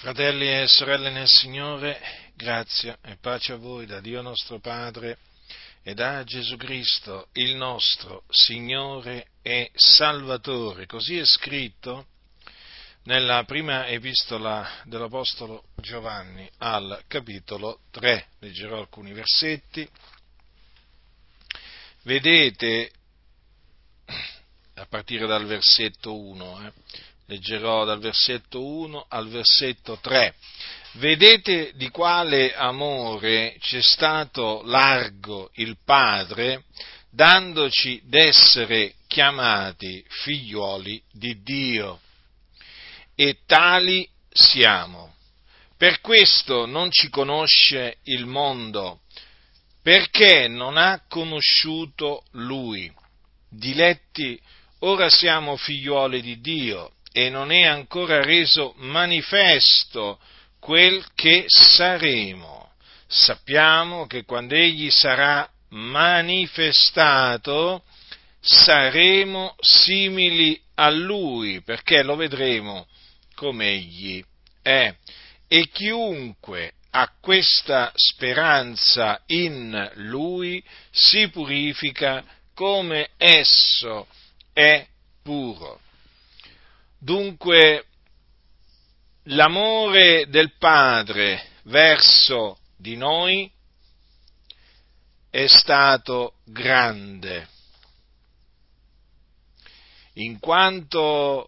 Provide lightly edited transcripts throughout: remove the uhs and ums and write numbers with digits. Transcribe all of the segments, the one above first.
Fratelli e sorelle nel Signore, grazia e pace a voi da Dio nostro Padre e da Gesù Cristo, il nostro Signore e Salvatore. Così è scritto nella prima epistola dell'Apostolo Giovanni al capitolo 3. Leggerò alcuni versetti. Vedete, a partire dal versetto 1, leggerò dal versetto 1 al versetto 3. Vedete di quale amore ci è stato largo il Padre, dandoci d'essere chiamati figliuoli di Dio. E tali siamo. Per questo non ci conosce il mondo, perché non ha conosciuto Lui. Diletti, ora siamo figliuoli di Dio e non è ancora reso manifesto quel che saremo. Sappiamo che quando Egli sarà manifestato saremo simili a Lui, perché lo vedremo come Egli è. E chiunque ha questa speranza in Lui si purifica come esso è puro. Dunque, l'amore del Padre verso di noi è stato grande, in quanto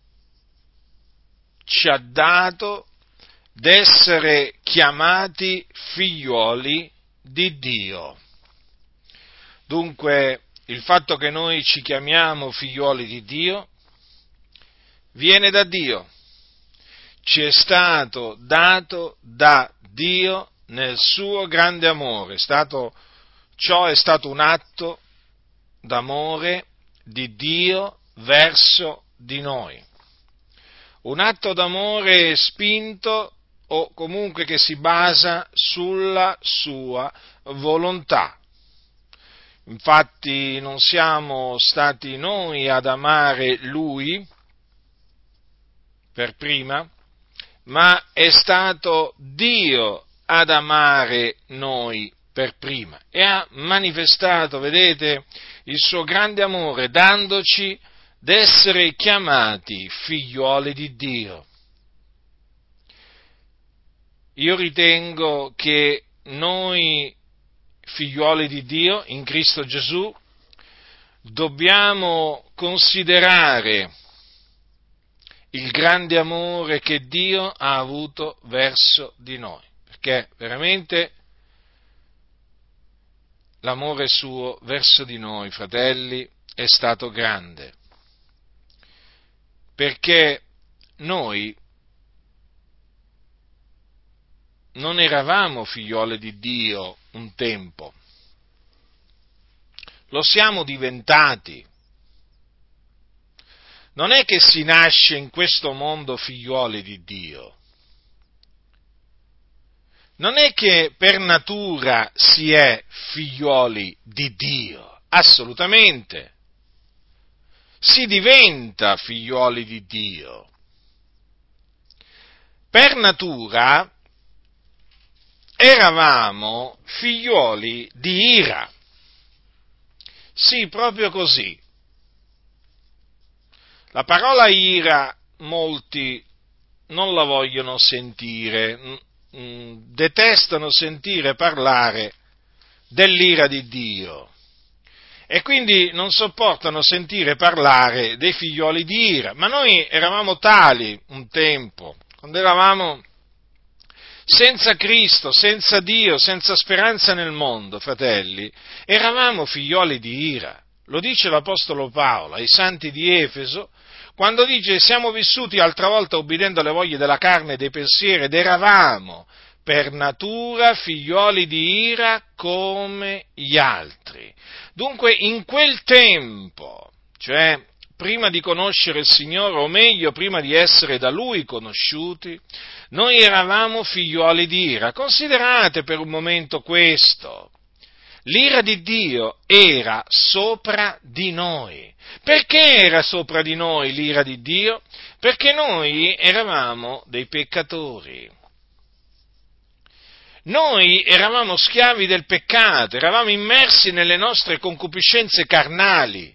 ci ha dato d'essere chiamati figliuoli di Dio. Dunque, il fatto che noi ci chiamiamo figliuoli di Dio viene da Dio, ci è stato dato da Dio nel suo grande amore. Ciò è stato un atto d'amore di Dio verso di noi. Un atto d'amore spinto o comunque che si basa sulla sua volontà. Infatti non siamo stati noi ad amare Lui per prima, ma è stato Dio ad amare noi per prima e ha manifestato, vedete, il suo grande amore dandoci d'essere chiamati figliuoli di Dio. Io ritengo che noi, figliuoli di Dio, in Cristo Gesù, dobbiamo considerare il grande amore che Dio ha avuto verso di noi, perché veramente l'amore suo verso di noi, fratelli, è stato grande, perché noi non eravamo figlioli di Dio un tempo, lo siamo diventati. Non è che si nasce in questo mondo figlioli di Dio, non è che per natura si è figlioli di Dio, assolutamente. Si diventa figlioli di Dio. Per natura eravamo figlioli di ira. Sì, proprio così. La parola ira molti non la vogliono sentire, detestano sentire parlare dell'ira di Dio e quindi non sopportano sentire parlare dei figlioli di ira, ma noi eravamo tali un tempo, quando eravamo senza Cristo, senza Dio, senza speranza nel mondo, fratelli, eravamo figlioli di ira. Lo dice l'Apostolo Paolo ai santi di Efeso, quando dice siamo vissuti altra volta obbedendo alle voglie della carne e dei pensieri ed eravamo per natura figlioli di ira come gli altri. Dunque in quel tempo, cioè prima di conoscere il Signore, o meglio, prima di essere da Lui conosciuti, noi eravamo figlioli di ira. Considerate per un momento questo. l'ira di Dio era sopra di noi. Perché era sopra di noi l'ira di Dio? Perché noi eravamo dei peccatori. Noi eravamo schiavi del peccato, eravamo immersi nelle nostre concupiscenze carnali.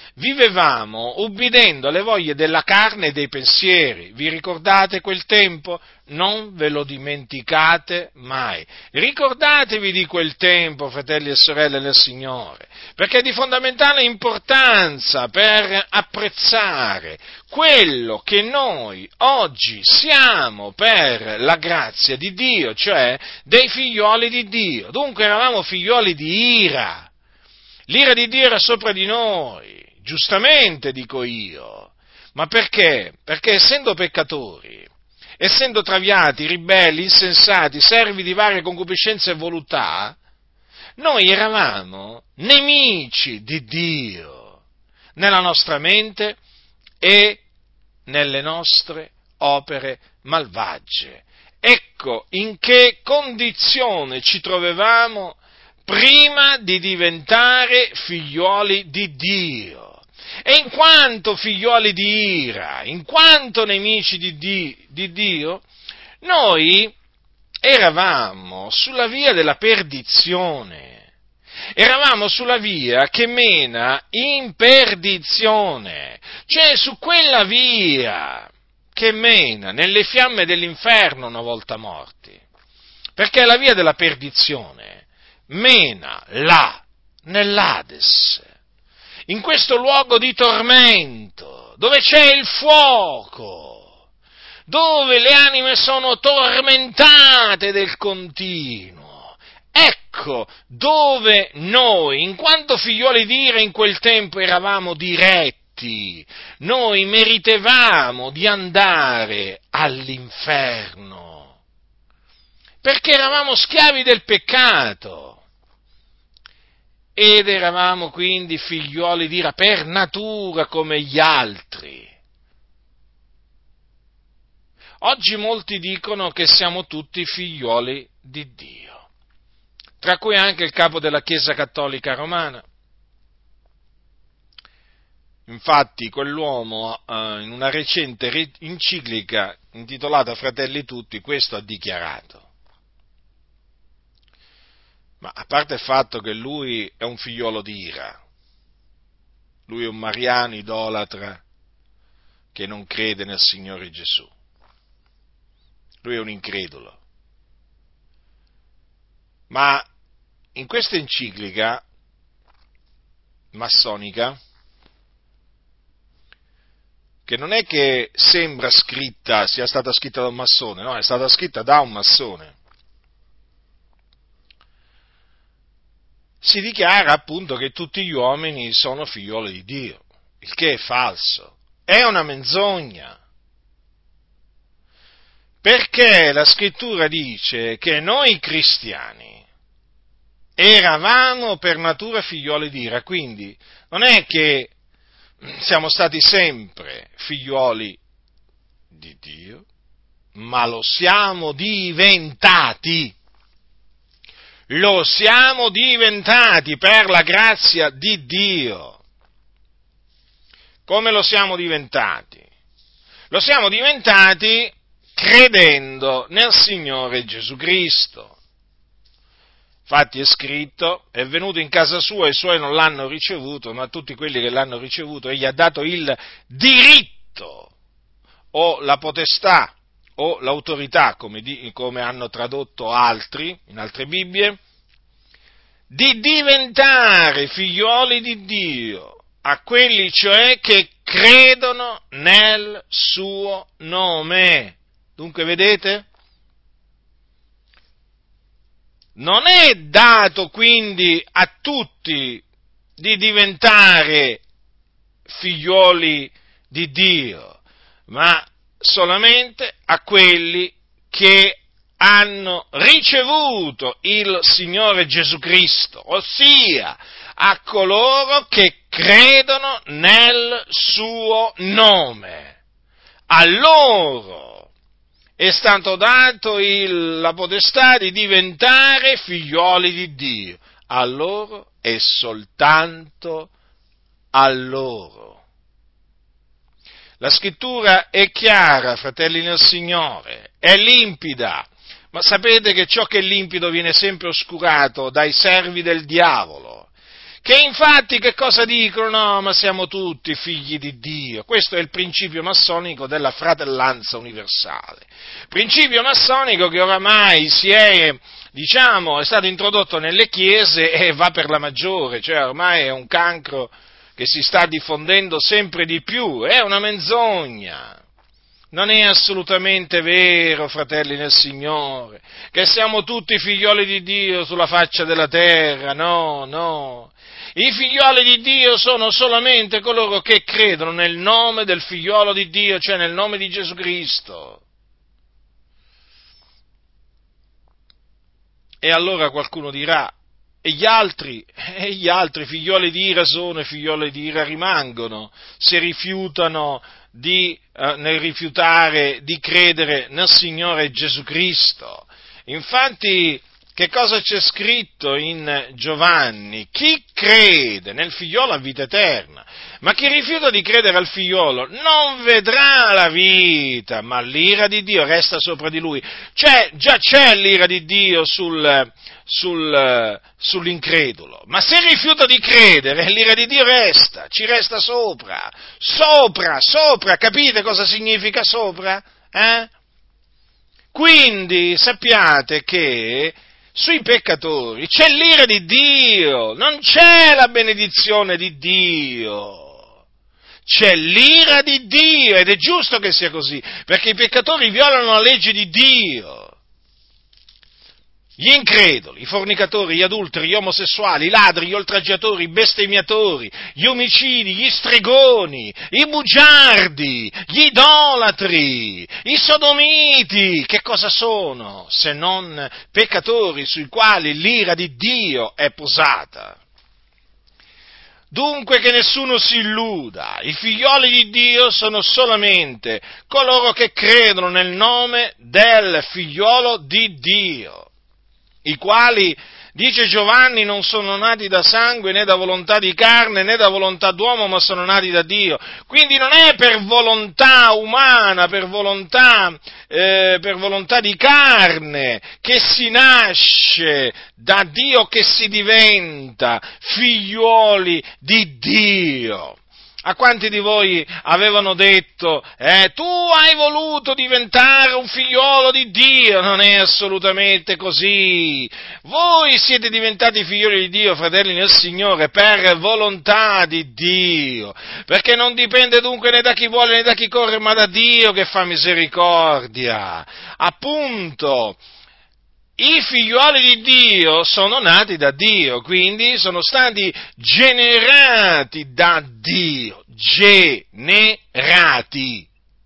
Vivevamo ubbidendo alle voglie della carne e dei pensieri. Vi ricordate quel tempo? Non ve lo dimenticate mai. Ricordatevi di quel tempo, fratelli e sorelle del Signore, perché è di fondamentale importanza per apprezzare quello che noi oggi siamo per la grazia di Dio, cioè dei figlioli di Dio. Dunque eravamo figlioli di ira. L'ira di Dio era sopra di noi. Giustamente dico io, ma perché? Perché essendo peccatori, essendo traviati, ribelli, insensati, servi di varie concupiscenze e voluttà, noi eravamo nemici di Dio nella nostra mente e nelle nostre opere malvagie. Ecco in che condizione ci trovavamo prima di diventare figlioli di Dio. E in quanto figlioli di ira, in quanto nemici di Dio, noi eravamo sulla via della perdizione. Eravamo sulla via che mena in perdizione, cioè su quella via che mena nelle fiamme dell'inferno una volta morti. Perché la via della perdizione mena là, nell'Ades, in questo luogo di tormento, dove c'è il fuoco, dove le anime sono tormentate del continuo. Ecco dove noi, in quanto figlioli di ira in quel tempo, eravamo diretti. Noi meritevamo di andare all'inferno, perché eravamo schiavi del peccato. Ed eravamo quindi figlioli di ira per natura come gli altri. Oggi molti dicono che siamo tutti figlioli di Dio, tra cui anche il capo della Chiesa Cattolica Romana. Infatti quell'uomo in una recente enciclica intitolata Fratelli Tutti questo ha dichiarato. Ma a parte il fatto che lui è un figliolo di ira, lui è un mariano idolatra che non crede nel Signore Gesù, lui è un incredulo, ma in questa enciclica massonica, che non è che sembra sia stata scritta da un massone, no, è stata scritta da un massone, si dichiara appunto che tutti gli uomini sono figlioli di Dio, il che è falso, è una menzogna, perché la scrittura dice che noi cristiani eravamo per natura figlioli di ira, quindi non è che siamo stati sempre figlioli di Dio, ma lo siamo diventati. Lo siamo diventati per la grazia di Dio. Come lo siamo diventati? Lo siamo diventati credendo nel Signore Gesù Cristo. Infatti è scritto, è venuto in casa sua e i suoi non l'hanno ricevuto, ma a tutti quelli che l'hanno ricevuto egli ha dato il diritto o la potestà o l'autorità, come hanno tradotto altri, in altre Bibbie, di diventare figlioli di Dio, a quelli cioè che credono nel suo nome. Dunque vedete? Non è dato quindi a tutti di diventare figlioli di Dio, ma solamente a quelli che hanno ricevuto il Signore Gesù Cristo, ossia a coloro che credono nel suo nome. A loro è stato dato la potestà di diventare figlioli di Dio, a loro e soltanto a loro. La scrittura è chiara, fratelli nel Signore, è limpida, ma sapete che ciò che è limpido viene sempre oscurato dai servi del diavolo, che infatti che cosa dicono? No, ma siamo tutti figli di Dio. Questo è il principio massonico della fratellanza universale. Principio massonico che oramai è stato introdotto nelle chiese e va per la maggiore, cioè ormai è un cancro che si sta diffondendo sempre di più, è una menzogna. Non è assolutamente vero, fratelli nel Signore, che siamo tutti figlioli di Dio sulla faccia della terra, no. I figlioli di Dio sono solamente coloro che credono nel nome del figliolo di Dio, cioè nel nome di Gesù Cristo. E allora qualcuno dirà, e gli altri figlioli di ira sono e figlioli di ira rimangono, se rifiutano nel rifiutare di credere nel Signore Gesù Cristo. Infatti, che cosa c'è scritto in Giovanni? Chi crede nel figliolo ha vita eterna, ma chi rifiuta di credere al figliolo non vedrà la vita, ma l'ira di Dio resta sopra di lui. Già c'è l'ira di Dio sull'incredulo, ma se rifiuta di credere, l'ira di Dio ci resta sopra, capite cosa significa sopra? Quindi sappiate che sui peccatori c'è l'ira di Dio, non c'è la benedizione di Dio, c'è l'ira di Dio ed è giusto che sia così, perché i peccatori violano la legge di Dio. Gli increduli, i fornicatori, gli adulteri, gli omosessuali, i ladri, gli oltraggiatori, i bestemmiatori, gli omicidi, gli stregoni, i bugiardi, gli idolatri, i sodomiti, che cosa sono se non peccatori sui quali l'ira di Dio è posata? Dunque che nessuno si illuda, i figlioli di Dio sono solamente coloro che credono nel nome del figliolo di Dio, i quali, dice Giovanni, non sono nati da sangue, né da volontà di carne, né da volontà d'uomo, ma sono nati da Dio. Quindi non è per volontà umana, per volontà di carne, che si nasce da Dio, che si diventa figliuoli di Dio. A quanti di voi avevano detto, tu hai voluto diventare un figliolo di Dio? Non è assolutamente così. Voi siete diventati figlioli di Dio, fratelli nel Signore, per volontà di Dio, perché non dipende dunque né da chi vuole né da chi corre, ma da Dio che fa misericordia. Appunto. I figliuoli di Dio sono nati da Dio, quindi sono stati generati da Dio, generati.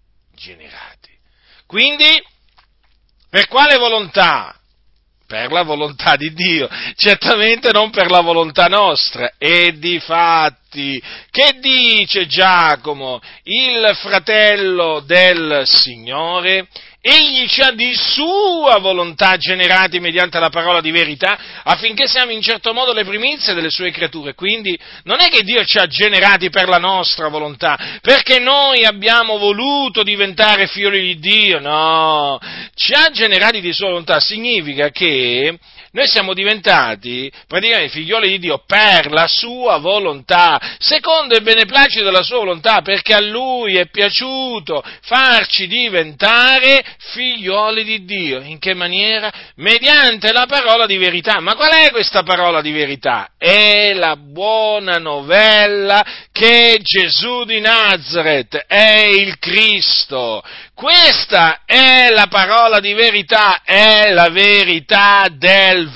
Quindi, per quale volontà? Per la volontà di Dio, certamente non per la volontà nostra. E difatti, che dice Giacomo, il fratello del Signore? Egli ci ha di sua volontà generati mediante la parola di verità, affinché siamo in certo modo le primizie delle sue creature. Quindi non è che Dio ci ha generati per la nostra volontà, perché noi abbiamo voluto diventare figlioli di Dio, no, ci ha generati di sua volontà, significa che noi siamo diventati praticamente figlioli di Dio per la sua volontà, secondo il beneplacito della sua volontà, perché a Lui è piaciuto farci diventare figlioli di Dio. In che maniera? Mediante la parola di verità. Ma qual è questa parola di verità? È la buona novella che Gesù di Nazaret è il Cristo. Questa è la parola di verità, è la verità del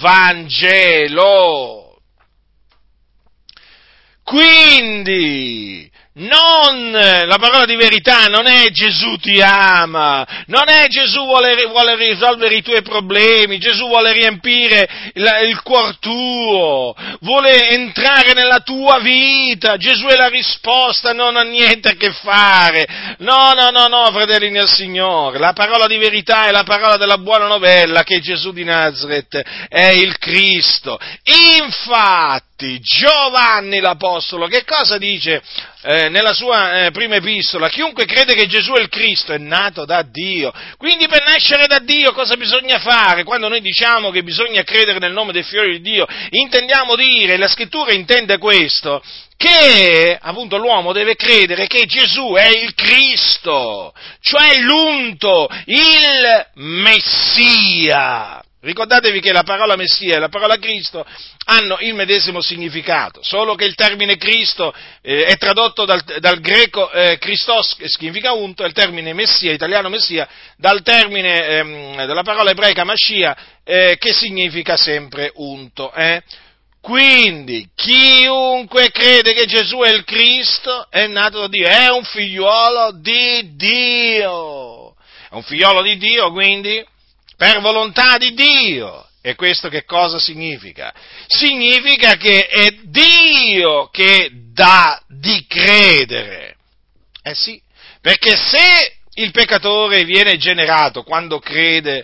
Vangelo. Quindi La parola di verità non è Gesù ti ama, non è Gesù vuole risolvere i tuoi problemi, Gesù vuole riempire il cuor tuo, vuole entrare nella tua vita, Gesù è la risposta, non ha niente a che fare. No, fratelli nel Signore, la parola di verità è la parola della buona novella che Gesù di Nazaret è il Cristo. Infatti, Giovanni l'Apostolo, che cosa dice nella sua prima epistola? Chiunque crede che Gesù è il Cristo è nato da Dio. Quindi per nascere da Dio cosa bisogna fare? Quando noi diciamo che bisogna credere nel nome del Figlio di Dio, intendiamo dire, la Scrittura intende questo, che appunto l'uomo deve credere che Gesù è il Cristo, cioè l'unto, il Messia. Ricordatevi che la parola Messia e la parola Cristo hanno il medesimo significato, solo che il termine Cristo è tradotto dal greco Christos, che significa unto, e il termine Messia, italiano Messia, dal termine della parola ebraica Mashiach, che significa sempre unto. Quindi, chiunque crede che Gesù è il Cristo è nato da Dio, è un figliuolo di Dio. È un figliuolo di Dio, quindi, per volontà di Dio. E questo che cosa significa? Significa che è Dio che dà di credere. Sì, perché se il peccatore viene generato quando crede,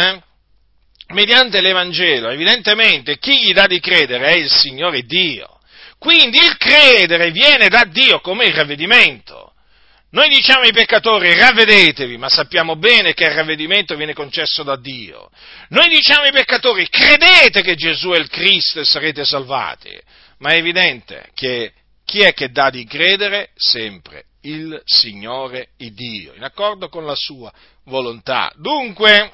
mediante l'Evangelo, evidentemente chi gli dà di credere è il Signore Dio. Quindi il credere viene da Dio come il ravvedimento. Noi diciamo ai peccatori ravvedetevi, ma sappiamo bene che il ravvedimento viene concesso da Dio. Noi diciamo ai peccatori credete che Gesù è il Cristo e sarete salvati, ma è evidente che chi è che dà di credere? Sempre il Signore Dio, in accordo con la sua volontà. Dunque,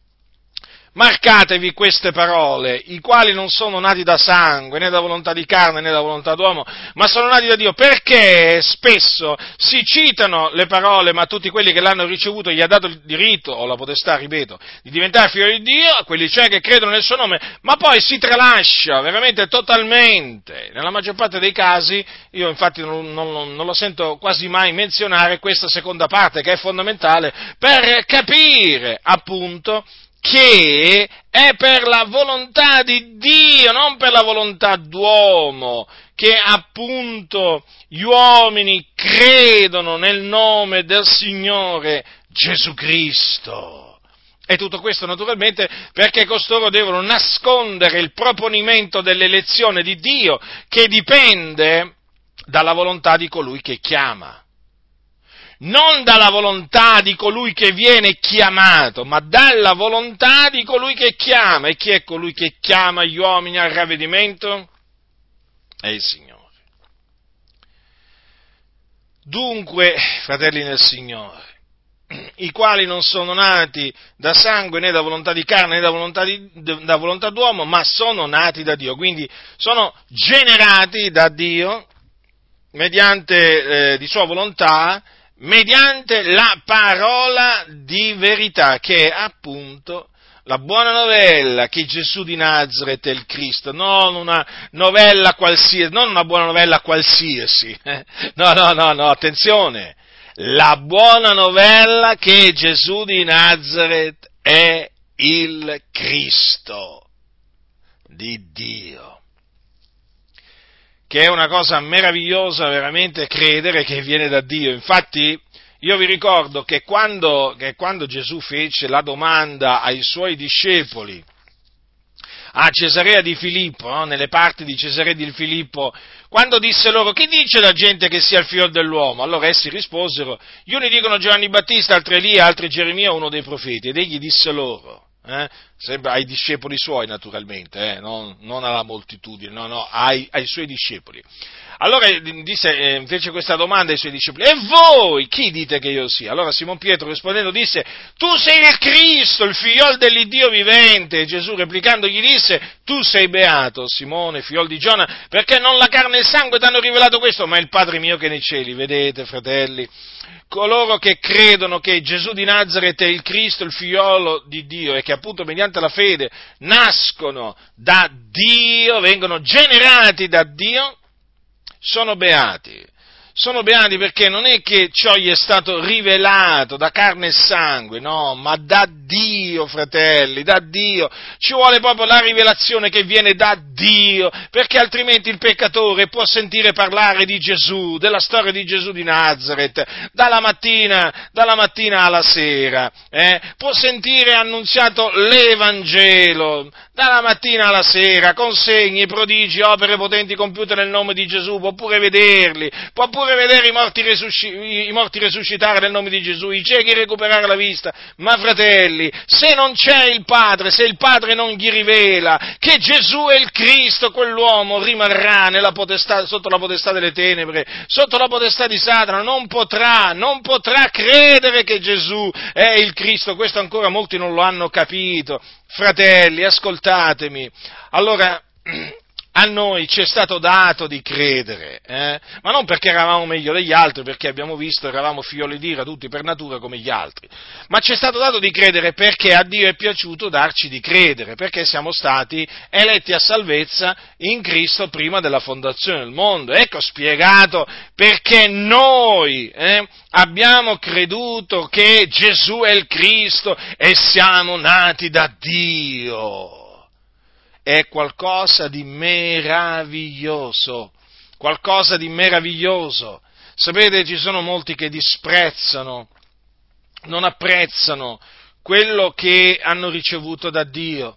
marcatevi queste parole, i quali non sono nati da sangue, né da volontà di carne, né da volontà d'uomo, ma sono nati da Dio, perché spesso si citano le parole, ma tutti quelli che l'hanno ricevuto gli ha dato il diritto, o la potestà, ripeto, di diventare figlio di Dio, a quelli cioè che credono nel suo nome, ma poi si tralascia veramente totalmente. Nella maggior parte dei casi, io infatti non lo sento quasi mai menzionare questa seconda parte, che è fondamentale per capire, appunto, che è per la volontà di Dio, non per la volontà d'uomo, che appunto gli uomini credono nel nome del Signore Gesù Cristo. E tutto questo naturalmente perché costoro devono nascondere il proponimento dell'elezione di Dio, che dipende dalla volontà di colui che chiama. Non dalla volontà di colui che viene chiamato, ma dalla volontà di colui che chiama. E chi è colui che chiama gli uomini al ravvedimento? È il Signore. Dunque, fratelli nel Signore, i quali non sono nati da sangue, né da volontà di carne, né da volontà d'uomo, ma sono nati da Dio. Quindi sono generati da Dio mediante di sua volontà, mediante la parola di verità, che è appunto la buona novella che Gesù di Nazaret è il Cristo, non una novella qualsiasi, non una buona novella qualsiasi, no, attenzione, la buona novella che Gesù di Nazaret è il Cristo di Dio. Che è una cosa meravigliosa veramente credere che viene da Dio. Infatti io vi ricordo che quando Gesù fece la domanda ai suoi discepoli a Cesarea di Filippo, no? Nelle parti di Cesarea di Filippo, quando disse loro: chi dice la gente che sia il figlio dell'uomo? Allora essi risposero: gli uni dicono Giovanni Battista, altri Elia, altri Geremia, uno dei profeti. Ed egli disse loro, sempre ai discepoli suoi naturalmente, non alla moltitudine, ai suoi discepoli. Allora fece questa domanda ai suoi discepoli: e voi chi dite che io sia? Allora Simon Pietro rispondendo disse: tu sei il Cristo, il figliol dell'Iddio vivente. E Gesù replicando gli disse: tu sei beato, Simone, figliol di Giona, perché non la carne e il sangue ti hanno rivelato questo, ma il Padre mio che è nei cieli. Vedete, fratelli, coloro che credono che Gesù di Nazaret è il Cristo, il figliolo di Dio, e che appunto mediante la fede nascono da Dio, vengono generati da Dio, sono beati, Sono beati perché non è che ciò gli è stato rivelato da carne e sangue, no, ma da Dio, fratelli, da Dio. Ci vuole proprio la rivelazione che viene da Dio, perché altrimenti il peccatore può sentire parlare di Gesù, della storia di Gesù di Nazaret, dalla mattina alla sera, può sentire annunziato l'Evangelo, dalla mattina alla sera, con segni, prodigi, opere potenti compiute nel nome di Gesù, può pure vederli, può pure vedere i morti risuscitare nel nome di Gesù, i ciechi recuperare la vista, ma fratelli, se non c'è il Padre, se il Padre non gli rivela che Gesù è il Cristo, quell'uomo rimarrà sotto la potestà delle tenebre, sotto la potestà di Satana, non potrà credere che Gesù è il Cristo, questo ancora molti non lo hanno capito. Fratelli, ascoltatemi, allora, a noi ci è stato dato di credere, ma non perché eravamo meglio degli altri, perché abbiamo visto, eravamo figlioli d'ira tutti per natura come gli altri, ma ci è stato dato di credere perché a Dio è piaciuto darci di credere, perché siamo stati eletti a salvezza in Cristo prima della fondazione del mondo. Ecco spiegato perché noi abbiamo creduto che Gesù è il Cristo e siamo nati da Dio. È qualcosa di meraviglioso, qualcosa di meraviglioso. Sapete, ci sono molti che disprezzano, non apprezzano quello che hanno ricevuto da Dio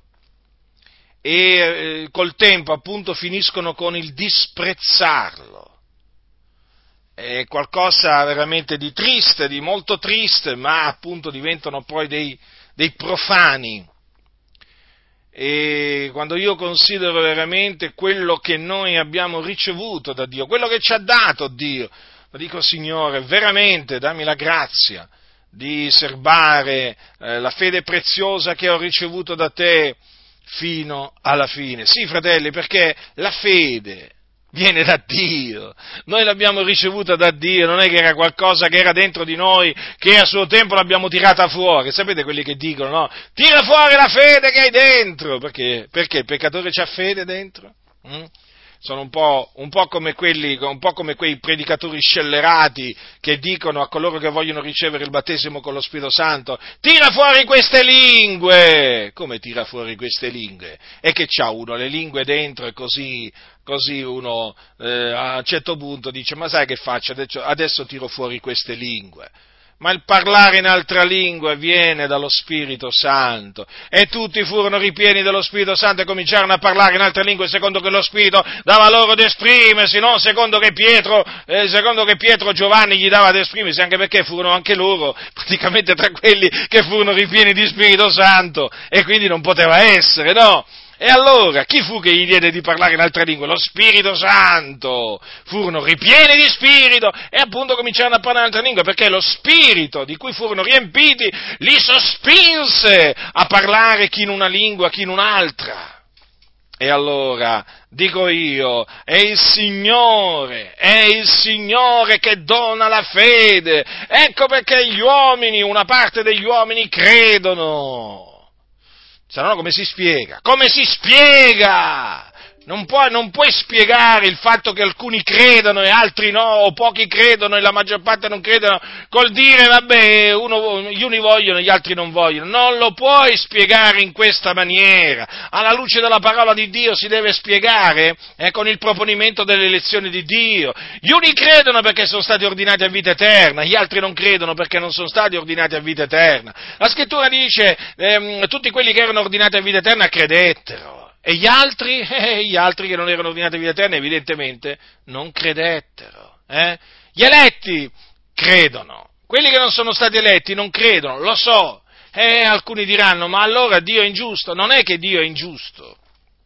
e col tempo appunto finiscono con il disprezzarlo. È qualcosa veramente di triste, di molto triste, ma appunto diventano poi dei profani. E quando io considero veramente quello che noi abbiamo ricevuto da Dio, quello che ci ha dato Dio, dico Signore, veramente dammi la grazia di serbare la fede preziosa che ho ricevuto da te fino alla fine. Sì, fratelli, perché la fede viene da Dio, noi l'abbiamo ricevuta da Dio, non è che era qualcosa che era dentro di noi, che a suo tempo l'abbiamo tirata fuori. Sapete quelli che dicono, no? Tira fuori la fede che hai dentro, perché il peccatore c'ha fede dentro? Sono un po' come quei predicatori scellerati che dicono a coloro che vogliono ricevere il battesimo con lo Spirito Santo: tira fuori queste lingue! Come tira fuori queste lingue? E che c'ha uno le lingue dentro e così uno a un certo punto dice: ma sai che faccio? Adesso tiro fuori queste lingue. Ma il parlare in altra lingua viene dallo Spirito Santo, e tutti furono ripieni dello Spirito Santo e cominciarono a parlare in altre lingue secondo che lo Spirito dava loro ad esprimersi, non secondo che Pietro Giovanni gli dava ad esprimersi, anche perché furono anche loro praticamente tra quelli che furono ripieni di Spirito Santo, e quindi non poteva essere, no? E allora, chi fu che gli diede di parlare in altre lingue? Lo Spirito Santo! Furono ripieni di Spirito e appunto cominciarono a parlare in altre lingue, perché lo Spirito di cui furono riempiti li sospinse a parlare chi in una lingua, chi in un'altra. E allora, dico io, è il Signore che dona la fede. Ecco perché una parte degli uomini credono. Se no come si spiega? Come si spiega? Non puoi spiegare il fatto che alcuni credano e altri no, o pochi credono e la maggior parte non credono, col dire, vabbè, gli uni vogliono e gli altri non vogliono. Non lo puoi spiegare in questa maniera. Alla luce della parola di Dio si deve spiegare con il proponimento delle elezioni di Dio. Gli uni credono perché sono stati ordinati a vita eterna, gli altri non credono perché non sono stati ordinati a vita eterna. La Scrittura dice, tutti quelli che erano ordinati a vita eterna credettero. E gli altri che non erano ordinati a vita eterna, evidentemente, non credettero. Gli eletti credono, quelli che non sono stati eletti non credono, lo so. Alcuni diranno, ma allora Dio è ingiusto? Non è che Dio è ingiusto.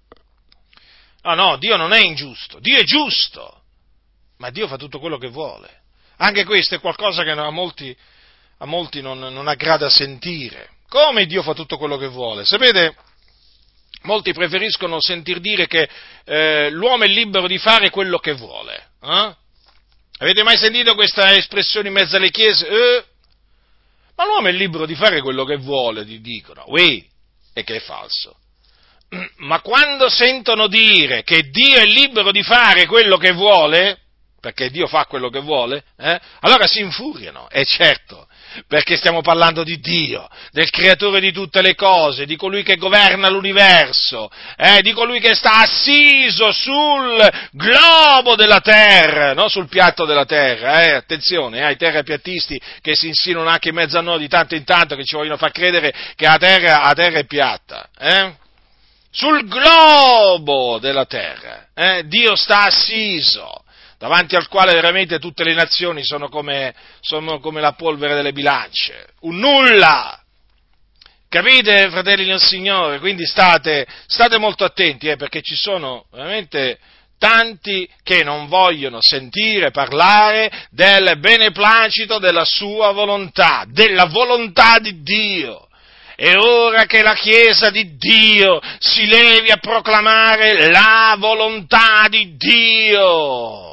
No, Dio non è ingiusto, Dio è giusto, ma Dio fa tutto quello che vuole. Anche questo è qualcosa che a molti non aggrada sentire. Come Dio fa tutto quello che vuole? Sapete, molti preferiscono sentir dire che l'uomo è libero di fare quello che vuole. Avete mai sentito questa espressione in mezzo alle chiese? Ma l'uomo è libero di fare quello che vuole, ti dicono. E che è falso. Ma quando sentono dire che Dio è libero di fare quello che vuole, perché Dio fa quello che vuole, allora si infuriano, e certo, perché stiamo parlando di Dio, del creatore di tutte le cose, di colui che governa l'universo, di colui che sta assiso sul globo della terra, non sul piatto della terra, attenzione, ai terrapiattisti che si insinuano anche in mezzo a noi di tanto in tanto, che ci vogliono far credere che la terra è piatta, sul globo della terra, Dio sta assiso, davanti al quale veramente tutte le nazioni sono come la polvere delle bilance, un nulla. Capite, fratelli del Signore? Quindi state molto attenti, perché ci sono veramente tanti che non vogliono sentire parlare del beneplacito della sua volontà, della volontà di Dio. È ora che la Chiesa di Dio si levi a proclamare la volontà di Dio.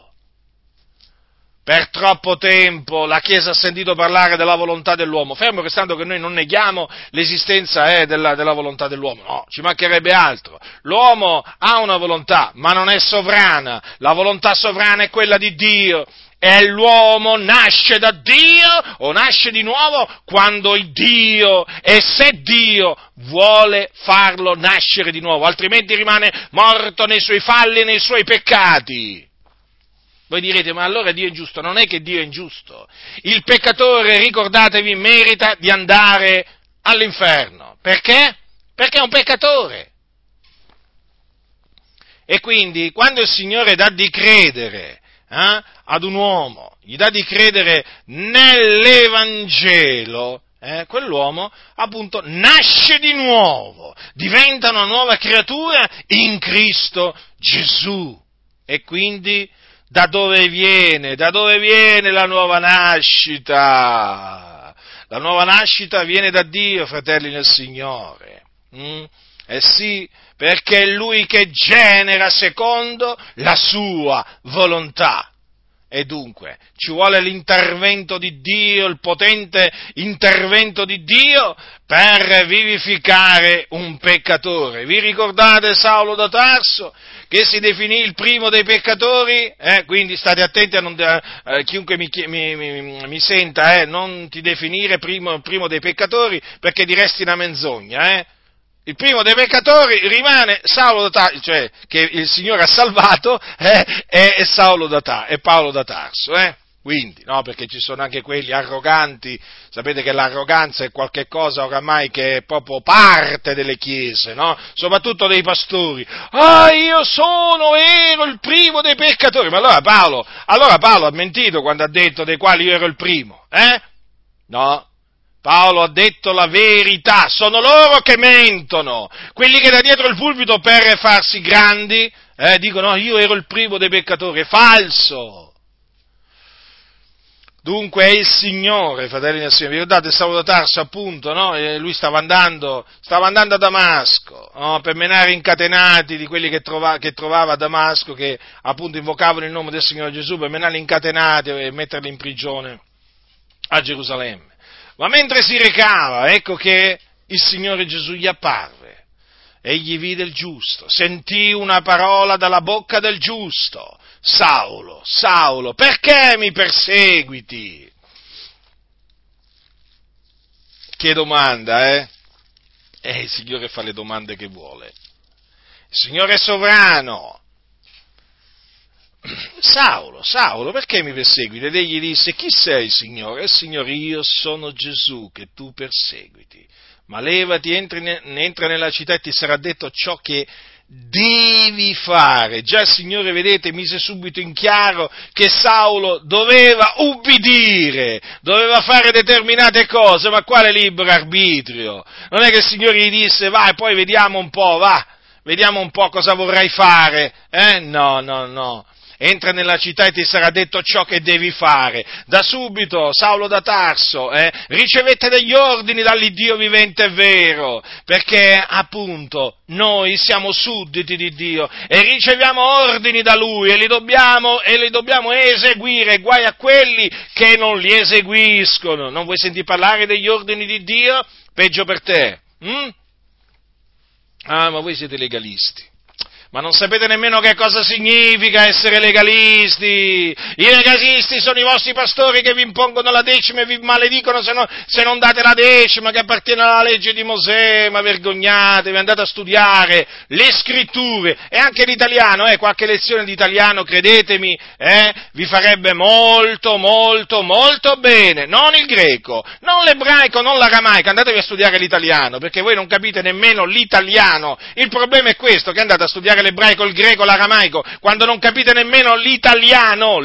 Per troppo tempo la Chiesa ha sentito parlare della volontà dell'uomo, fermo restando che noi non neghiamo l'esistenza della volontà dell'uomo, no, ci mancherebbe altro. L'uomo ha una volontà, ma non è sovrana, la volontà sovrana è quella di Dio, e l'uomo nasce da Dio o nasce di nuovo quando il Dio, e se Dio vuole farlo nascere di nuovo, altrimenti rimane morto nei suoi falli e nei suoi peccati. Voi direte, ma allora Dio è giusto? Non è che Dio è ingiusto. Il peccatore, ricordatevi, merita di andare all'inferno. Perché? Perché è un peccatore. E quindi, quando il Signore dà di credere ad un uomo, gli dà di credere nell'Evangelo, quell'uomo appunto nasce di nuovo, diventa una nuova creatura in Cristo Gesù. E quindi da dove viene la nuova nascita? La nuova nascita viene da Dio, fratelli nel Signore. Sì, perché è Lui che genera secondo la sua volontà. E dunque, ci vuole l'intervento di Dio, il potente intervento di Dio per vivificare un peccatore. Vi ricordate Saulo da Tarso, che si definì il primo dei peccatori? Quindi state attenti a non, chiunque mi senta, non ti definire primo dei peccatori, perché diresti una menzogna, Il primo dei peccatori rimane Saulo da Tarso, cioè che il Signore ha salvato, è Saulo è Paolo da Tarso, Quindi, no, perché ci sono anche quelli arroganti, sapete che l'arroganza è qualche cosa oramai che è proprio parte delle chiese, no? Soprattutto dei pastori. Io ero il primo dei peccatori. Ma allora Paolo ha mentito quando ha detto dei quali io ero il primo, No. Paolo ha detto la verità, sono loro che mentono, quelli che da dietro il pulpito per farsi grandi, dicono io ero il primo dei peccatori, è falso. Dunque è il Signore, fratelli del Signore. Vi ricordate Saulo da Tarso, appunto, no? Lui stava andando a Damasco, no? Per menare incatenati di quelli che trovava a Damasco, che appunto invocavano il nome del Signore Gesù, per menarli incatenati e metterli in prigione a Gerusalemme. Ma mentre si recava, ecco che il Signore Gesù gli apparve. Egli vide il giusto, sentì una parola dalla bocca del giusto. Saulo, Saulo, perché mi perseguiti? Che domanda, il Signore fa le domande che vuole. Il Signore è sovrano. Saulo, Saulo, perché mi perseguiti? Ed egli disse, chi sei, Signore? E Signore, io sono Gesù che tu perseguiti. Ma levati, entra nella città e ti sarà detto ciò che devi fare. Già il Signore, vedete, mise subito in chiaro che Saulo doveva ubbidire, doveva fare determinate cose, ma quale libero arbitrio? Non è che il Signore gli disse, vai, poi vediamo un po', vediamo un po' cosa vorrai fare, No. Entra nella città e ti sarà detto ciò che devi fare. Da subito Saulo da Tarso ricevette degli ordini dall'Iddio vivente e vero, perché appunto noi siamo sudditi di Dio e riceviamo ordini da Lui e li dobbiamo eseguire, guai a quelli che non li eseguiscono. Non vuoi sentire parlare degli ordini di Dio? Peggio per te. Ma voi siete legalisti. Ma non sapete nemmeno che cosa significa essere legalisti. I legalisti sono i vostri pastori che vi impongono la decima e vi maledicono se non date la decima, che appartiene alla legge di Mosè. Ma vergognatevi, andate a studiare le scritture e anche l'italiano, qualche lezione di italiano, credetemi, vi farebbe molto, molto, molto bene. Non il greco, non l'ebraico, non l'aramaico, andatevi a studiare l'italiano, perché voi non capite nemmeno l'italiano. Il problema è questo, che andate a studiare l'ebraico, il greco, l'aramaico, quando non capite nemmeno l'italiano,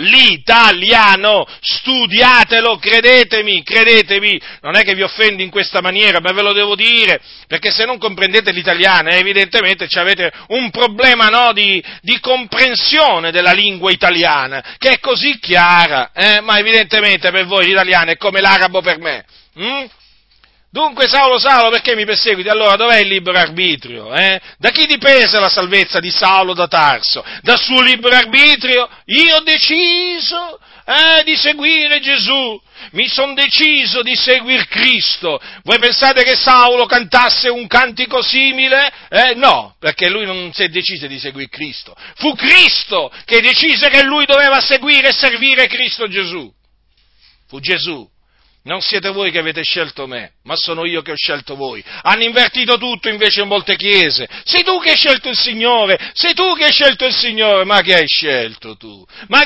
studiatelo, credetemi, non è che vi offendo in questa maniera, ma ve lo devo dire, perché se non comprendete l'italiano, evidentemente avete un problema, no, di comprensione della lingua italiana, che è così chiara, ma evidentemente per voi l'italiano è come l'arabo per me. Dunque, Saulo, perché mi perseguiti? Allora, dov'è il libero arbitrio? Da chi dipese la salvezza di Saulo da Tarso? Dal suo libero arbitrio? Io ho deciso di seguire Gesù, mi son deciso di seguire Cristo. Voi pensate che Saulo cantasse un cantico simile? No, perché lui non si è deciso di seguire Cristo. Fu Cristo che decise che lui doveva seguire e servire Cristo Gesù. Fu Gesù. Non siete voi che avete scelto me, ma sono io che ho scelto voi. Hanno invertito tutto invece in molte chiese. Sei tu che hai scelto il Signore, ma che hai scelto tu?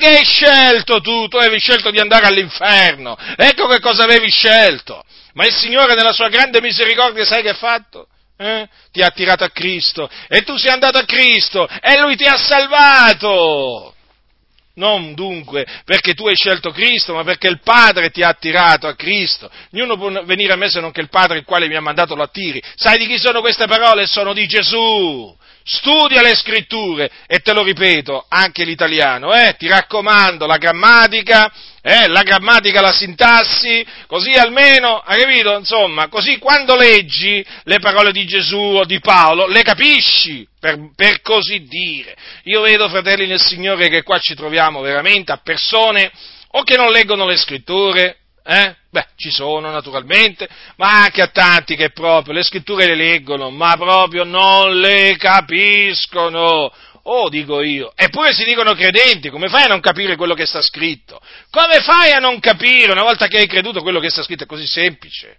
Tu avevi scelto di andare all'inferno, ecco che cosa avevi scelto. Ma il Signore nella sua grande misericordia sai che ha fatto? Ti ha attirato a Cristo, e tu sei andato a Cristo, e Lui ti ha salvato. Non dunque perché tu hai scelto Cristo, ma perché il Padre ti ha attirato a Cristo. Ognuno può venire a me se non che il Padre, il quale mi ha mandato, lo attiri. Sai di chi sono queste parole? Sono di Gesù. Studia le scritture, e te lo ripeto, anche l'italiano, ti raccomando, la grammatica, la sintassi, così almeno, hai capito? Insomma, così quando leggi le parole di Gesù o di Paolo, le capisci, per così dire. Io vedo, fratelli nel Signore, che qua ci troviamo veramente a persone o che non leggono le scritture, ci sono naturalmente, ma anche a tanti che proprio le scritture le leggono, ma proprio non le capiscono. Oh, dico io, eppure si dicono credenti, come fai a non capire quello che sta scritto? Come fai a non capire una volta che hai creduto quello che sta scritto? È così semplice.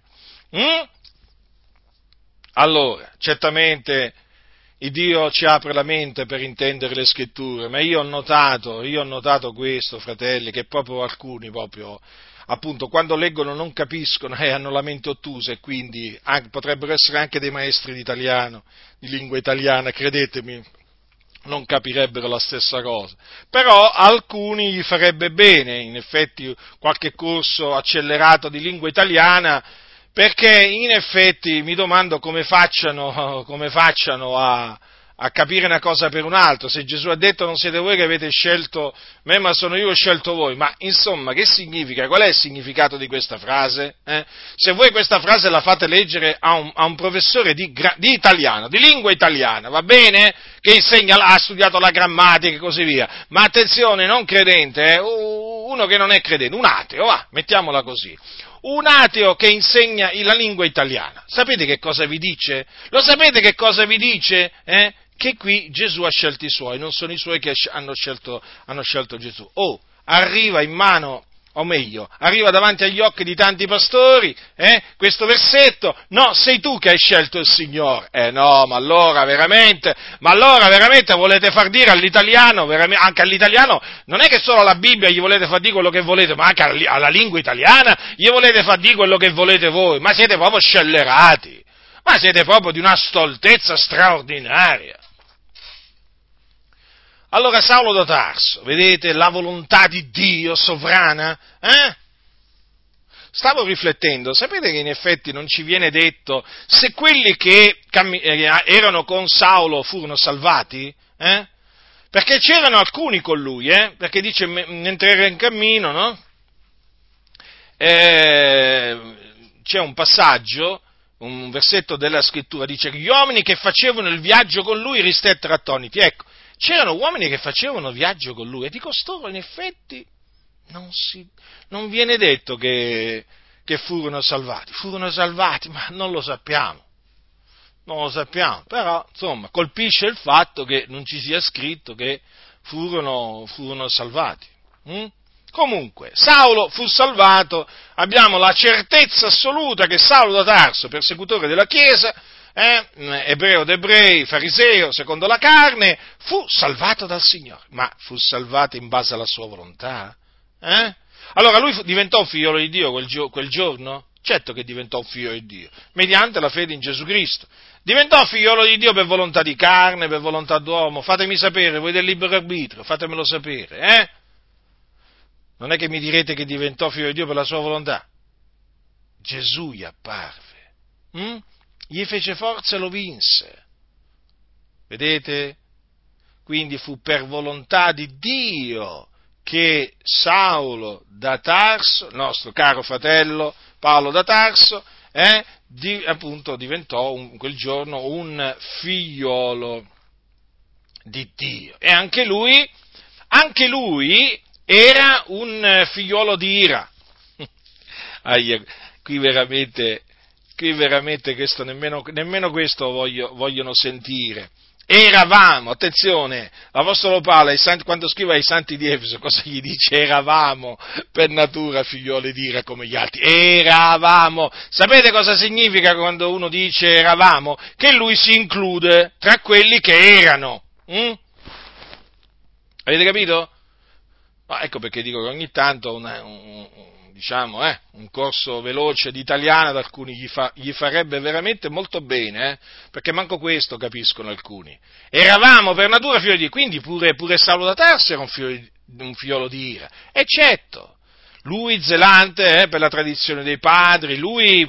Allora, certamente il Dio ci apre la mente per intendere le scritture, ma io ho notato questo, fratelli, che proprio alcuni, appunto, quando leggono non capiscono e hanno la mente ottusa, e quindi potrebbero essere anche dei maestri di italiano, di lingua italiana, credetemi, non capirebbero la stessa cosa. Però alcuni gli farebbe bene, in effetti, qualche corso accelerato di lingua italiana, perché in effetti mi domando come facciano a capire una cosa per un'altra. Se Gesù ha detto non siete voi che avete scelto me, ma sono io che ho scelto voi, ma insomma che significa? Qual è il significato di questa frase? Se voi questa frase la fate leggere a un professore di italiano, di lingua italiana, va bene? Che ha studiato la grammatica e così via, ma attenzione, non credente, uno che non è credente, un ateo, mettiamola così. Un ateo che insegna la lingua italiana, sapete che cosa vi dice? Lo sapete che cosa vi dice? Che qui Gesù ha scelto i suoi, non sono i suoi che hanno scelto Gesù. Arriva in mano, o meglio, arriva davanti agli occhi di tanti pastori, questo versetto, no, sei tu che hai scelto il Signore. No, ma allora veramente volete far dire all'italiano, anche all'italiano, non è che solo alla Bibbia gli volete far dire quello che volete, ma anche alla lingua italiana gli volete far dire quello che volete voi, ma siete proprio scellerati, ma siete proprio di una stoltezza straordinaria. Allora Saulo da Tarso, vedete la volontà di Dio sovrana? Stavo riflettendo, sapete che in effetti non ci viene detto se quelli che erano con Saulo furono salvati? Perché c'erano alcuni con lui, perché dice mentre era in cammino, no? C'è un passaggio, un versetto della scrittura, dice che gli uomini che facevano il viaggio con lui ristettero attoniti. Ecco, c'erano uomini che facevano viaggio con lui, e di costoro in effetti non viene detto che furono salvati, ma non lo sappiamo. Non lo sappiamo, però, insomma, colpisce il fatto che non ci sia scritto che furono salvati. Comunque, Saulo fu salvato, abbiamo la certezza assoluta che Saulo da Tarso, persecutore della Chiesa, ebreo d'ebrei, fariseo, secondo la carne, fu salvato dal Signore. Ma fu salvato in base alla sua volontà? Allora lui diventò un figliolo di Dio quel giorno? Certo che diventò un figlio di Dio, mediante la fede in Gesù Cristo. Diventò figliolo di Dio per volontà di carne, per volontà d'uomo? Fatemi sapere, voi del libero arbitrio, fatemelo sapere, Non è che mi direte che diventò figlio di Dio per la sua volontà. Gesù gli apparve, gli fece forza e lo vinse. Vedete? Quindi fu per volontà di Dio che Saulo da Tarso, il nostro caro fratello Paolo da Tarso, appunto diventò quel giorno un figliolo di Dio. E anche lui era un figliolo di ira. Qui veramente questo, nemmeno questo vogliono sentire. Eravamo, attenzione, l'Apostolo Paolo, quando scrive ai santi di Efeso, cosa gli dice? Eravamo per natura figlioli di ira come gli altri. Eravamo. Sapete cosa significa quando uno dice eravamo? Che lui si include tra quelli che erano. Avete capito? No, ecco perché dico che ogni tanto un corso veloce di italiano ad alcuni gli farebbe veramente molto bene, perché manco questo capiscono alcuni. Eravamo per natura figlioli di Dio, quindi pure Saulo da Tarso era un figliolo di ira, eccetto. Lui zelante per la tradizione dei padri, lui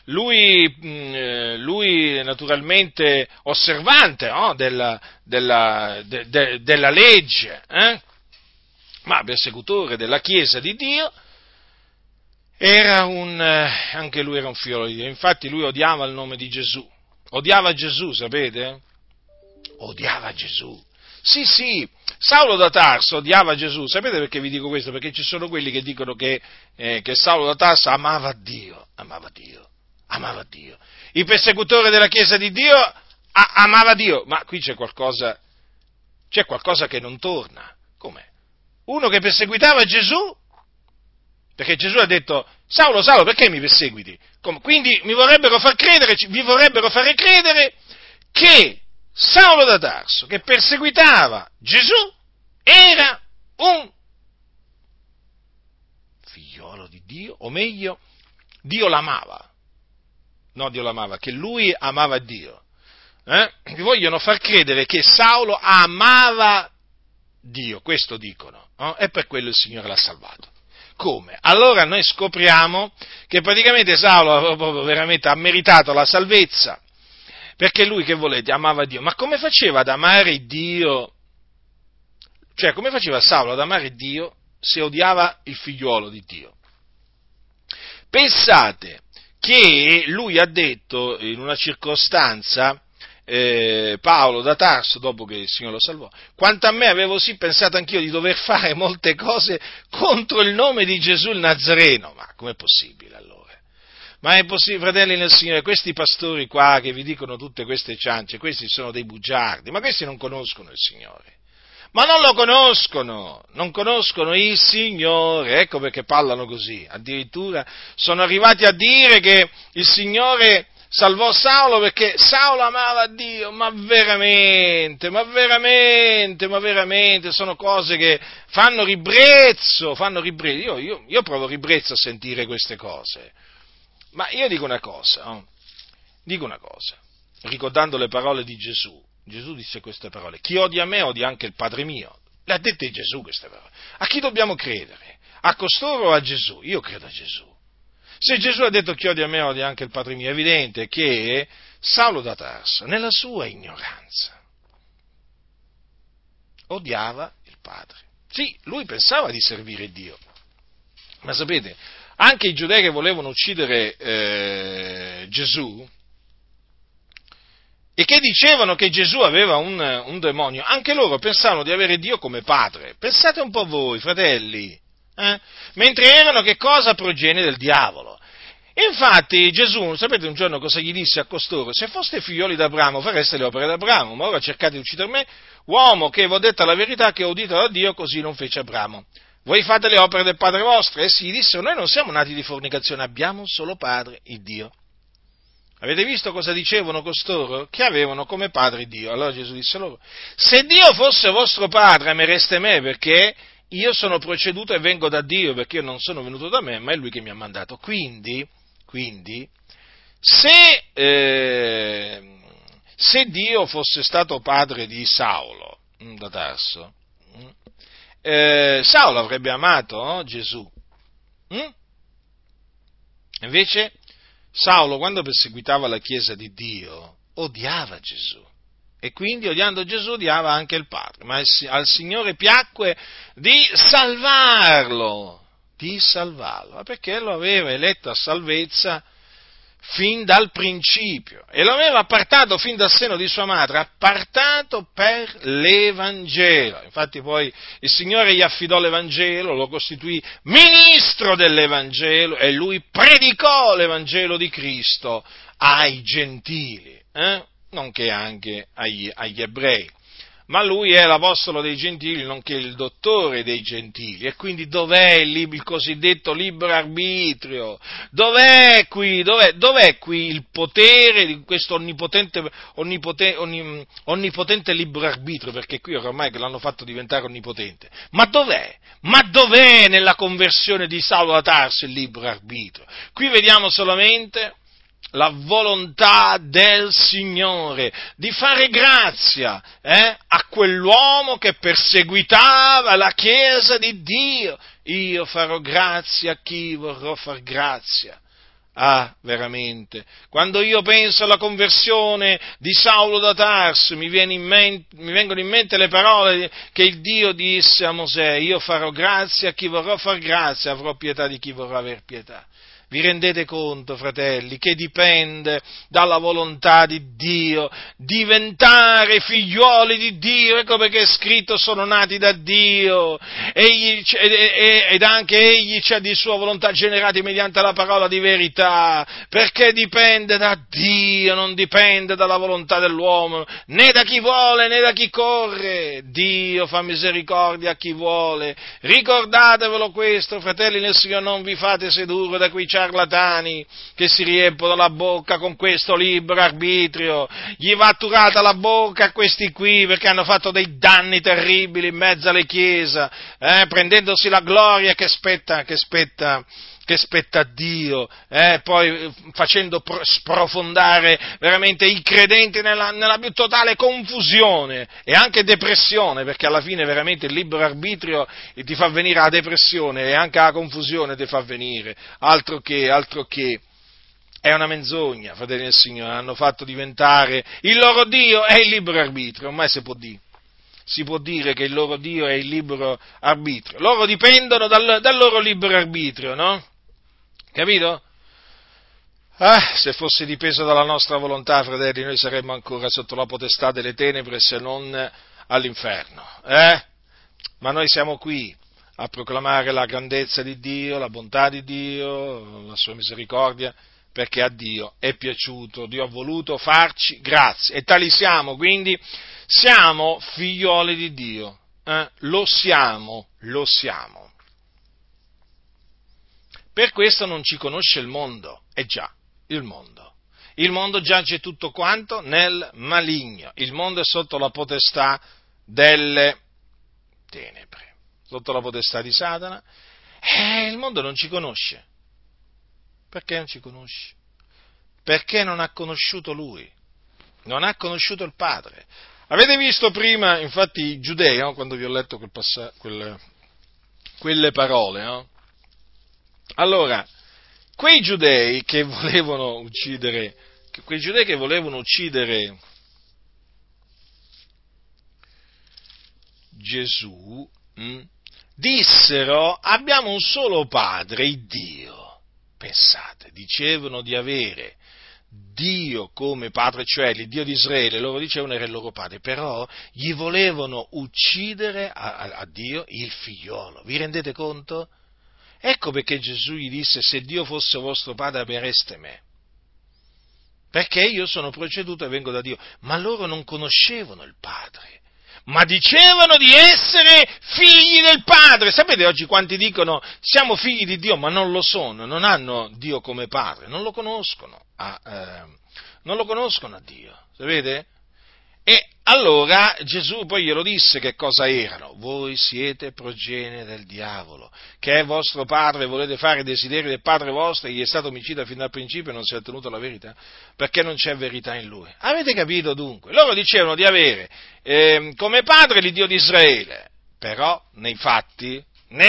naturalmente osservante della legge, ma persecutore della Chiesa di Dio. Anche lui era un figliolo di Dio, infatti lui odiava il nome di Gesù, odiava Gesù, sapete? Odiava Gesù. Sì, Saulo da Tarso odiava Gesù, sapete perché vi dico questo? Perché ci sono quelli che dicono che Saulo da Tarso amava Dio. Il persecutore della Chiesa di Dio amava Dio, ma qui c'è qualcosa che non torna. Com'è? Uno che perseguitava Gesù, perché Gesù ha detto, Saulo, perché mi perseguiti? Quindi vi vorrebbero fare credere che Saulo da Tarso, che perseguitava Gesù, era un figliolo di Dio, o meglio, Dio l'amava. No, Dio l'amava, che lui amava Dio. Vi vogliono far credere che Saulo amava Dio, questo dicono, e per quello il Signore l'ha salvato. Come? Allora noi scopriamo che praticamente Saulo veramente ha meritato la salvezza, perché lui, che volete, amava Dio. Ma come faceva ad amare Dio? Cioè, come faceva Saulo ad amare Dio se odiava il figliuolo di Dio? Pensate che lui ha detto in una circostanza, Paolo da Tarso, dopo che il Signore lo salvò, quanto a me avevo sì pensato anch'io di dover fare molte cose contro il nome di Gesù il Nazareno. Ma com'è possibile allora? Ma è possibile, fratelli nel Signore, questi pastori qua che vi dicono tutte queste ciance, questi sono dei bugiardi, ma questi non conoscono il Signore. Ma non lo conoscono, non conoscono il Signore, ecco perché parlano così. Addirittura sono arrivati a dire che il Signore salvò Saulo perché Saulo amava Dio, ma veramente, sono cose che fanno ribrezzo. Io provo ribrezzo a sentire queste cose. Ma io dico una cosa, ricordando le parole di Gesù. Gesù disse queste parole: chi odia me odia anche il Padre mio. Le ha dette Gesù queste parole. A chi dobbiamo credere? A costoro o a Gesù? Io credo a Gesù. Se Gesù ha detto chi odia me odia anche il Padre mio, è evidente che Saulo da Tarso, nella sua ignoranza, odiava il Padre. Sì, lui pensava di servire Dio. Ma sapete, anche i giudei che volevano uccidere Gesù, e che dicevano che Gesù aveva un demonio, anche loro pensavano di avere Dio come padre. Pensate un po' voi, fratelli, mentre erano che cosa? Progenie del diavolo. Infatti Gesù, sapete un giorno cosa gli disse a costoro? Se foste figlioli d'Abramo fareste le opere d'Abramo, ma ora cercate di uccidere me, uomo che vi ho detto la verità che ho udito da Dio, così non fece Abramo. Voi fate le opere del padre vostro? Essi gli dissero, noi non siamo nati di fornicazione, abbiamo un solo padre, il Dio. Avete visto cosa dicevano costoro? Che avevano come padre Dio. Allora Gesù disse loro, se Dio fosse vostro padre, amereste me, perché io sono proceduto e vengo da Dio, perché io non sono venuto da me, ma è Lui che mi ha mandato. Quindi se Dio fosse stato padre di Saulo, da Tarso, Saulo avrebbe amato Gesù. Invece Saulo, quando perseguitava la Chiesa di Dio, odiava Gesù. E quindi, odiando Gesù, odiava anche il Padre. Ma al Signore piacque di salvarlo, perché lo aveva eletto a salvezza fin dal principio e lo aveva appartato fin dal seno di sua madre, appartato per l'Evangelo. Infatti poi il Signore gli affidò l'Evangelo, lo costituì ministro dell'Evangelo e lui predicò l'Evangelo di Cristo ai gentili, nonché anche agli ebrei. Ma lui è l'apostolo dei gentili, nonché il dottore dei gentili. E quindi dov'è il cosiddetto libero arbitrio? Dov'è qui il potere di questo onnipotente libero arbitrio? Perché qui ormai che l'hanno fatto diventare onnipotente. Ma dov'è? Ma dov'è nella conversione di Saulo da Tarso il libero arbitrio? Qui vediamo solamente la volontà del Signore di fare grazia a quell'uomo che perseguitava la Chiesa di Dio. Io farò grazia a chi vorrò far grazia. Ah, veramente, quando io penso alla conversione di Saulo da Tarso, mi vengono in mente le parole che il Dio disse a Mosè: io farò grazia a chi vorrò far grazia, avrò pietà di chi vorrà aver pietà. Vi rendete conto, fratelli, che dipende dalla volontà di Dio diventare figliuoli di Dio? Ecco perché è scritto: sono nati da Dio, ed anche Egli ci ha di sua volontà generati mediante la parola di verità, perché dipende da Dio, non dipende dalla volontà dell'uomo, né da chi vuole né da chi corre. Dio fa misericordia a chi vuole. Ricordatevelo questo, fratelli nel Signore, non vi fate sedurre da quei ciarlatani che si riempiono la bocca con questo libero arbitrio. Gli va turata la bocca a questi qui perché hanno fatto dei danni terribili in mezzo alle chiese, prendendosi la gloria che spetta a Dio, poi facendo sprofondare veramente i credenti nella più totale confusione e anche depressione, perché alla fine veramente il libero arbitrio ti fa venire la depressione e anche la confusione ti fa venire, altro che, è una menzogna, fratelli del Signore. Hanno fatto diventare il loro Dio è il libero arbitrio, ormai si può dire che il loro Dio è il libero arbitrio, loro dipendono dal loro libero arbitrio, no? Capito? Se fosse dipeso dalla nostra volontà, fratelli, noi saremmo ancora sotto la potestà delle tenebre, se non all'inferno, Ma noi siamo qui a proclamare la grandezza di Dio, la bontà di Dio, la sua misericordia, perché a Dio è piaciuto, Dio ha voluto farci grazie, e tali siamo, quindi siamo figlioli di Dio, lo siamo. Per questo non ci conosce il mondo, il mondo giace tutto quanto nel maligno, il mondo è sotto la potestà delle tenebre, sotto la potestà di Satana, il mondo non ci conosce. Perché non ci conosce? Perché non ha conosciuto Lui, non ha conosciuto il Padre. Avete visto prima, infatti, i giudei, no? Quando vi ho letto quelle parole, no? Allora, quei giudei che volevano uccidere Gesù, dissero: abbiamo un solo Padre, il Dio. Pensate, dicevano di avere Dio come Padre, cioè l'Iddio di Israele, loro dicevano era il loro Padre, però gli volevano uccidere a Dio il figliolo. Vi rendete conto? Ecco perché Gesù gli disse: se Dio fosse vostro padre amereste me, perché io sono proceduto e vengo da Dio. Ma loro non conoscevano il Padre, ma dicevano di essere figli del Padre. Sapete oggi quanti dicono siamo figli di Dio, ma non lo sono, non hanno Dio come Padre, non lo conoscono, non lo conoscono a Dio, sapete? E allora Gesù poi glielo disse che cosa erano: voi siete progenie del diavolo, che è vostro padre, volete fare i desideri del padre vostro, egli è stato omicida fin dal principio e non si è tenuto alla verità, perché non c'è verità in lui. Avete capito dunque? Loro dicevano di avere come padre l'Iddio di Israele, però nei fatti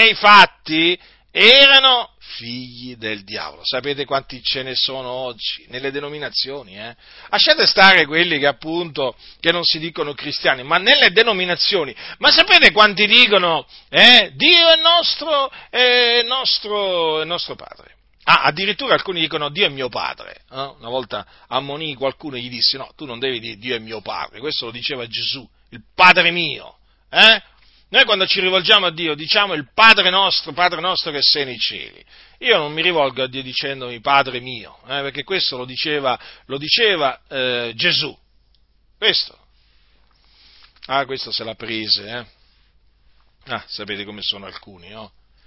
erano figli del diavolo. Sapete quanti ce ne sono oggi nelle denominazioni? Lasciate stare quelli che appunto che non si dicono cristiani, ma nelle denominazioni. Ma sapete quanti dicono Dio è nostro padre? Addirittura alcuni dicono Dio è mio padre. Una volta ammonii qualcuno e gli disse: no, tu non devi dire Dio è mio padre, questo lo diceva Gesù, il padre mio. Noi quando ci rivolgiamo a Dio diciamo il Padre nostro che sei nei cieli. Io non mi rivolgo a Dio dicendomi Padre mio, perché questo lo diceva Gesù. Questo se l'ha prese, sapete come sono alcuni, no?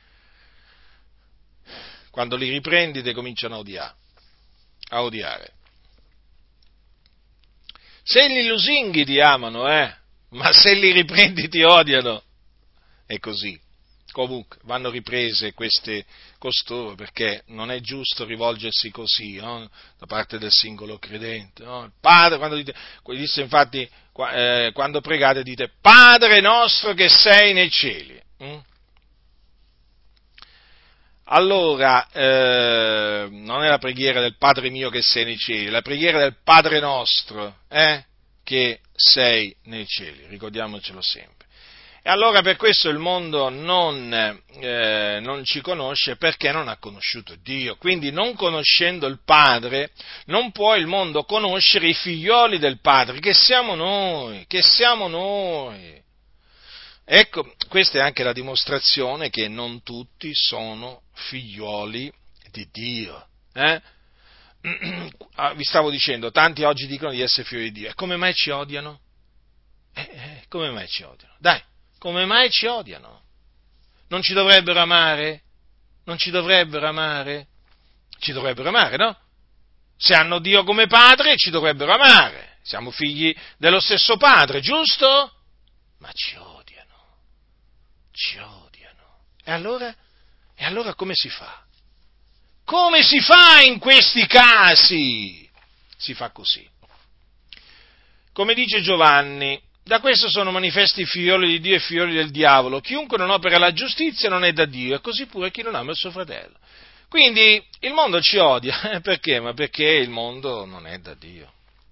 Quando li riprendi te cominciano a odiare. Se li lusinghi ti amano, ma se li riprendi ti odiano. È così. Comunque, vanno riprese costoro, perché non è giusto rivolgersi così, no? Da parte del singolo credente. No? Il Padre, disse infatti, quando pregate dite Padre nostro che sei nei cieli. Allora, non è la preghiera del Padre mio che sei nei cieli, è la preghiera del Padre nostro, che sei nei cieli, ricordiamocelo sempre. E allora per questo il mondo non ci conosce, perché non ha conosciuto Dio. Quindi non conoscendo il Padre, non può il mondo conoscere i figlioli del Padre, che siamo noi. Ecco, questa è anche la dimostrazione che non tutti sono figlioli di Dio. Vi stavo dicendo, tanti oggi dicono di essere figli di Dio. E come mai ci odiano? Come mai ci odiano? Dai! Come mai ci odiano? Non ci dovrebbero amare? Non ci dovrebbero amare? Ci dovrebbero amare, no? Se hanno Dio come padre, ci dovrebbero amare. Siamo figli dello stesso padre, giusto? Ma ci odiano. E allora come si fa? Come si fa in questi casi? Si fa così. Come dice Giovanni: da questo sono manifesti i figlioli di Dio e i figlioli del diavolo. Chiunque non opera la giustizia non è da Dio, e così pure chi non ama il suo fratello. Quindi il mondo ci odia. Perché? Ma perché il mondo non è da Dio.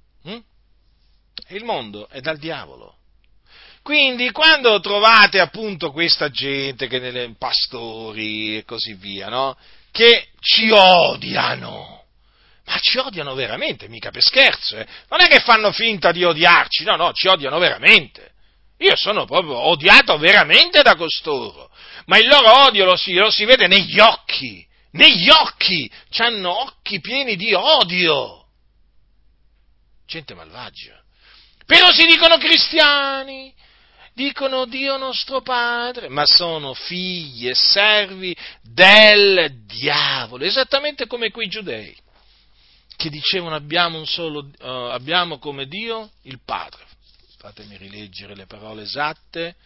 Il mondo è dal diavolo. Quindi quando trovate appunto questa gente, pastori e così via, no? Che ci odiano. Ma ci odiano veramente, mica per scherzo, Non è che fanno finta di odiarci, no, ci odiano veramente. Io sono proprio odiato veramente da costoro, ma il loro odio lo si vede negli occhi, c'hanno occhi pieni di odio. Gente malvagia. Però si dicono cristiani, dicono Dio nostro Padre, ma sono figli e servi del diavolo, esattamente come quei giudei che dicevano abbiamo come Dio il Padre. Fatemi rileggere le parole esatte.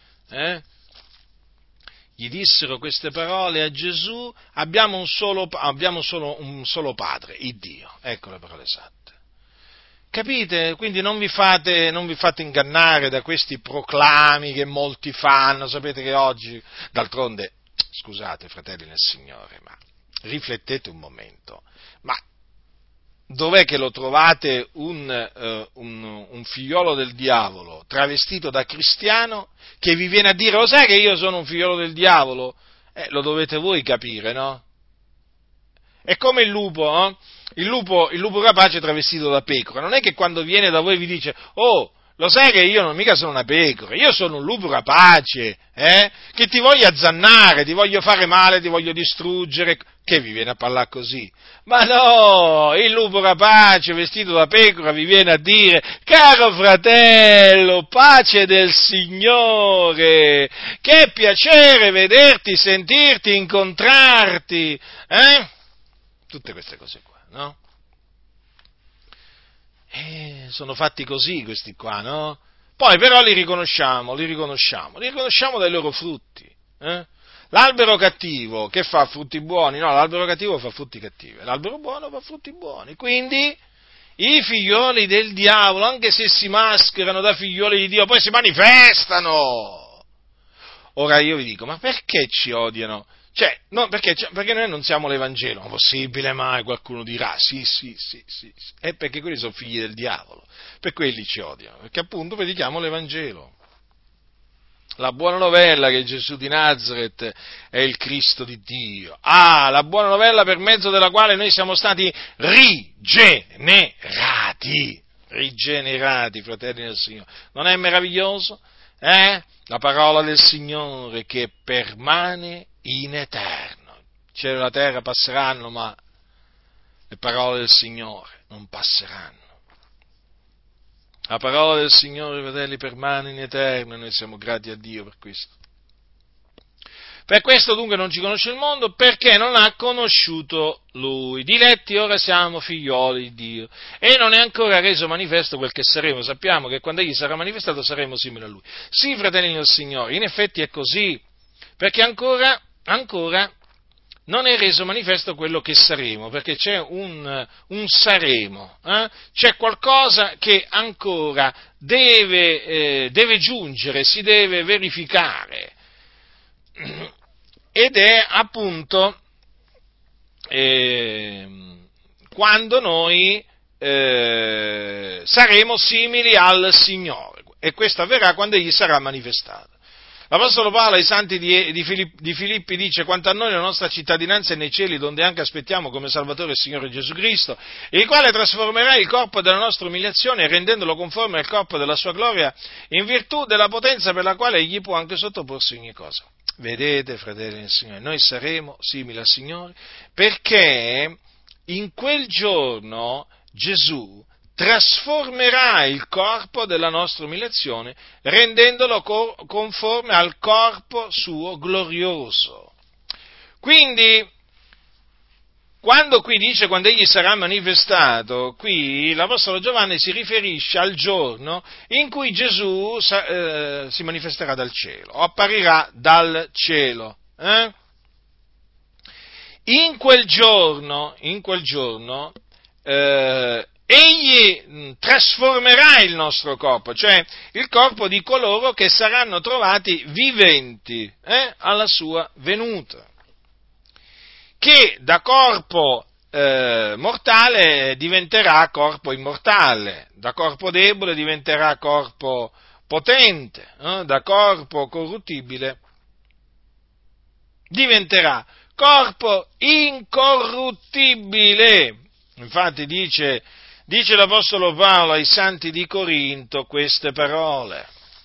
Gli dissero queste parole a Gesù: abbiamo un solo Padre, il Dio. Ecco le parole esatte. Capite? Quindi non vi fate ingannare da questi proclami che molti fanno. Sapete che oggi, d'altronde, scusate fratelli nel Signore, ma riflettete un momento, ma dov'è che lo trovate un figliolo del diavolo travestito da cristiano che vi viene a dire: lo sai che io sono un figliolo del diavolo? Lo dovete voi capire, no? È come il lupo, no? Il lupo rapace travestito da pecora. Non è che quando viene da voi vi dice: oh, Lo sai che io non mica sono una pecora, io sono un lupo rapace, che ti voglio azzannare, ti voglio fare male, ti voglio distruggere, che vi viene a parlare così? Ma no, il lupo rapace vestito da pecora vi viene a dire: caro fratello, pace del Signore, che piacere vederti, sentirti, incontrarti, Tutte queste cose qua, no? Sono fatti così questi qua, no? Poi però li riconosciamo dai loro frutti. L'albero cattivo che fa frutti buoni? No, l'albero cattivo fa frutti cattivi, l'albero buono fa frutti buoni. Quindi i figlioli del diavolo, anche se si mascherano da figlioli di Dio, poi si manifestano. Ora io vi dico, ma perché ci odiano? Perché noi annunziamo l'Evangelo, ma possibile mai? Qualcuno dirà, sì, è perché quelli sono figli del diavolo, per quelli ci odiano, perché appunto predichiamo l'Evangelo, la buona novella che Gesù di Nazaret è il Cristo di Dio, la buona novella per mezzo della quale noi siamo stati rigenerati, fratelli del Signore, non è meraviglioso? La parola del Signore che permane in eterno. Il cielo e la terra passeranno, ma le parole del Signore non passeranno. La parola del Signore, fratelli, permane in eterno e noi siamo grati a Dio per questo. Per questo dunque non ci conosce il mondo, perché non ha conosciuto Lui. Diletti ora siamo figlioli di Dio e non è ancora reso manifesto quel che saremo. Sappiamo che quando Egli sarà manifestato saremo simili a Lui. Sì, fratelli del Signore, in effetti è così, perché ancora non è reso manifesto quello che saremo, perché c'è un saremo, c'è qualcosa che ancora deve giungere, si deve verificare. Ed è appunto quando noi saremo simili al Signore, e questo avverrà quando Egli sarà manifestato. L'Apostolo Paolo ai santi di Filippi dice: quanto a noi la nostra cittadinanza è nei cieli, donde anche aspettiamo come Salvatore il Signore Gesù Cristo, il quale trasformerà il corpo della nostra umiliazione rendendolo conforme al corpo della sua gloria, in virtù della potenza per la quale Egli può anche sottoporsi ogni cosa. Vedete, fratelli del Signore, noi saremo simili al Signore perché in quel giorno Gesù trasformerà il corpo della nostra umiliazione rendendolo conforme al corpo suo glorioso. Quindi, quando qui dice quando Egli sarà manifestato, qui l'Apostolo Giovanni si riferisce al giorno in cui Gesù si manifesterà dal cielo, o apparirà dal cielo. In quel giorno, Egli trasformerà il nostro corpo, cioè il corpo di coloro che saranno trovati viventi alla sua venuta, che da corpo mortale diventerà corpo immortale, da corpo debole diventerà corpo potente, da corpo corruttibile diventerà corpo incorruttibile. Infatti dice l'Apostolo Paolo ai santi di Corinto queste parole.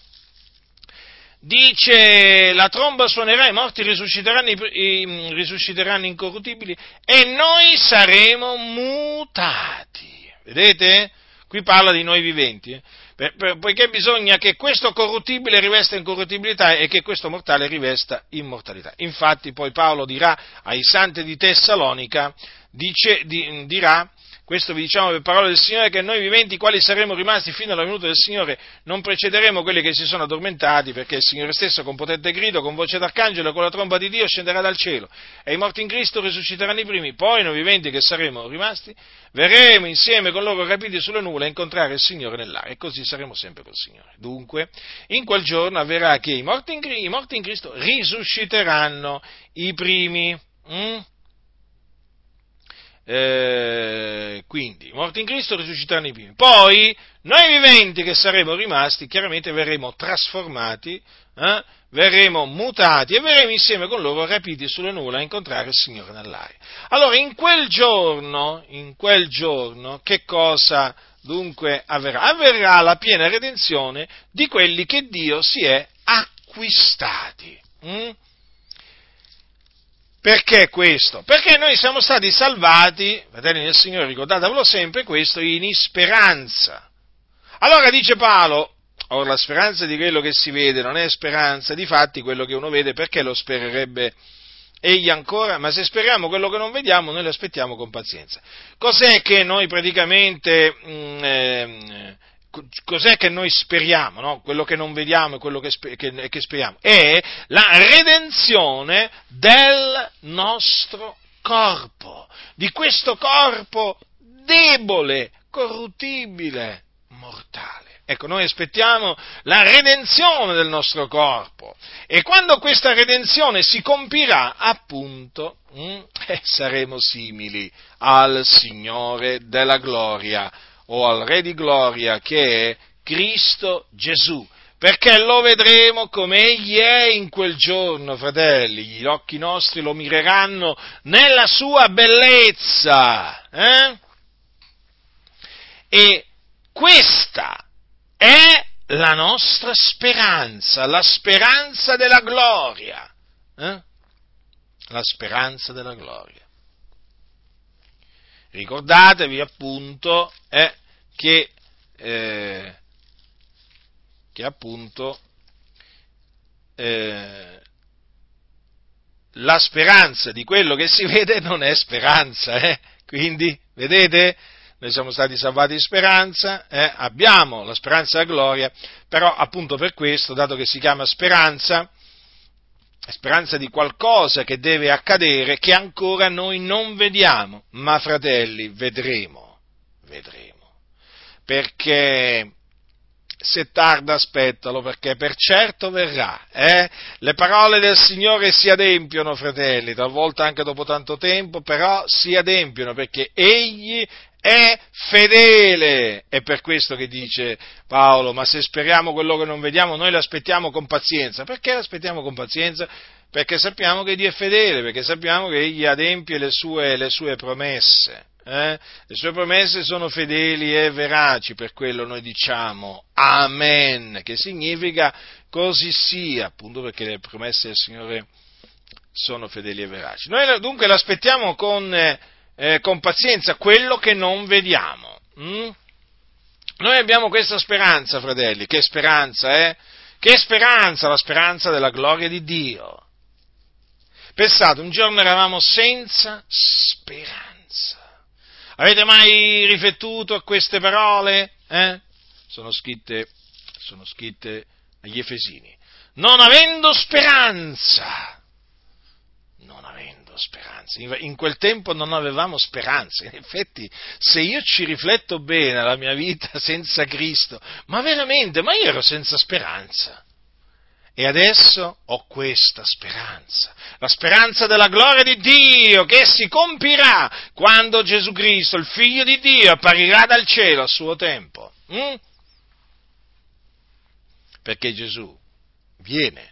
Dice: la tromba suonerà, i morti risusciteranno incorruttibili e noi saremo mutati. Vedete? Qui parla di noi viventi, poiché bisogna che questo corruttibile rivesta incorruttibilità e che questo mortale rivesta immortalità. Infatti poi Paolo dirà ai santi di Tessalonica, dirà: questo vi diciamo per parola del Signore, che noi viventi, quali saremo rimasti fino alla venuta del Signore, non precederemo quelli che si sono addormentati, perché il Signore stesso con potente grido, con voce d'arcangelo e con la tromba di Dio scenderà dal cielo, e i morti in Cristo risusciteranno i primi, poi noi viventi che saremo rimasti, verremo insieme con loro rapiti sulle nuvole a incontrare il Signore nell'aria, e così saremo sempre col Signore. Dunque, in quel giorno avverrà che i morti in Cristo risusciteranno i primi. Quindi, morti in Cristo risusciteranno i primi. Poi, noi viventi che saremo rimasti, chiaramente verremo trasformati, verremo mutati e verremo insieme con loro rapiti sulle nuvole a incontrare il Signore nell'aria. Allora, in quel giorno, che cosa dunque avverrà? Avverrà la piena redenzione di quelli che Dio si è acquistati. Perché questo? Perché noi siamo stati salvati, fratelli del Signore, ricordatevelo sempre questo, in speranza. Allora dice Paolo, ora la speranza di quello che si vede non è speranza, difatti quello che uno vede perché lo spererebbe egli ancora? Ma se speriamo quello che non vediamo, noi lo aspettiamo con pazienza. Cos'è che noi praticamente, cos'è che noi speriamo, no? Quello che non vediamo e quello che speriamo? È la redenzione del nostro corpo, di questo corpo debole, corruttibile, mortale. Ecco, noi aspettiamo la redenzione del nostro corpo e quando questa redenzione si compirà, appunto, saremo simili al Signore della gloria o al Re di gloria che è Cristo Gesù. Perché lo vedremo come Egli è in quel giorno, fratelli, gli occhi nostri lo mireranno nella sua bellezza. E questa è la nostra speranza, la speranza della gloria. La speranza della gloria. Ricordatevi appunto che appunto la speranza di quello che si vede non è speranza, quindi vedete? Noi siamo stati salvati in speranza, abbiamo la speranza della gloria, però appunto per questo, dato che si chiama speranza, è speranza di qualcosa che deve accadere, che ancora noi non vediamo, ma fratelli, vedremo, perché se tarda aspettalo, perché per certo verrà, Le parole del Signore si adempiono, fratelli, talvolta anche dopo tanto tempo, però si adempiono, perché Egli è fedele. È per questo che dice Paolo, ma se speriamo quello che non vediamo, noi l'aspettiamo con pazienza. Perché l'aspettiamo con pazienza? Perché sappiamo che Dio è fedele, perché sappiamo che Egli adempie le sue promesse. Le sue promesse sono fedeli e veraci, per quello noi diciamo Amen, che significa così sia, appunto perché le promesse del Signore sono fedeli e veraci. Noi dunque l'aspettiamo con pazienza quello che non vediamo. Noi abbiamo questa speranza, fratelli. Che speranza, Che speranza? La speranza della gloria di Dio. Pensate, un giorno eravamo senza speranza. Avete mai riflettuto a queste parole? Sono scritte agli Efesini. Non avendo speranza. In quel tempo non avevamo speranza. In effetti, se io ci rifletto bene alla mia vita senza Cristo, ma veramente, ma io ero senza speranza. E adesso ho questa speranza, la speranza della gloria di Dio, che si compirà quando Gesù Cristo, il Figlio di Dio, apparirà dal cielo a suo tempo. Perché Gesù viene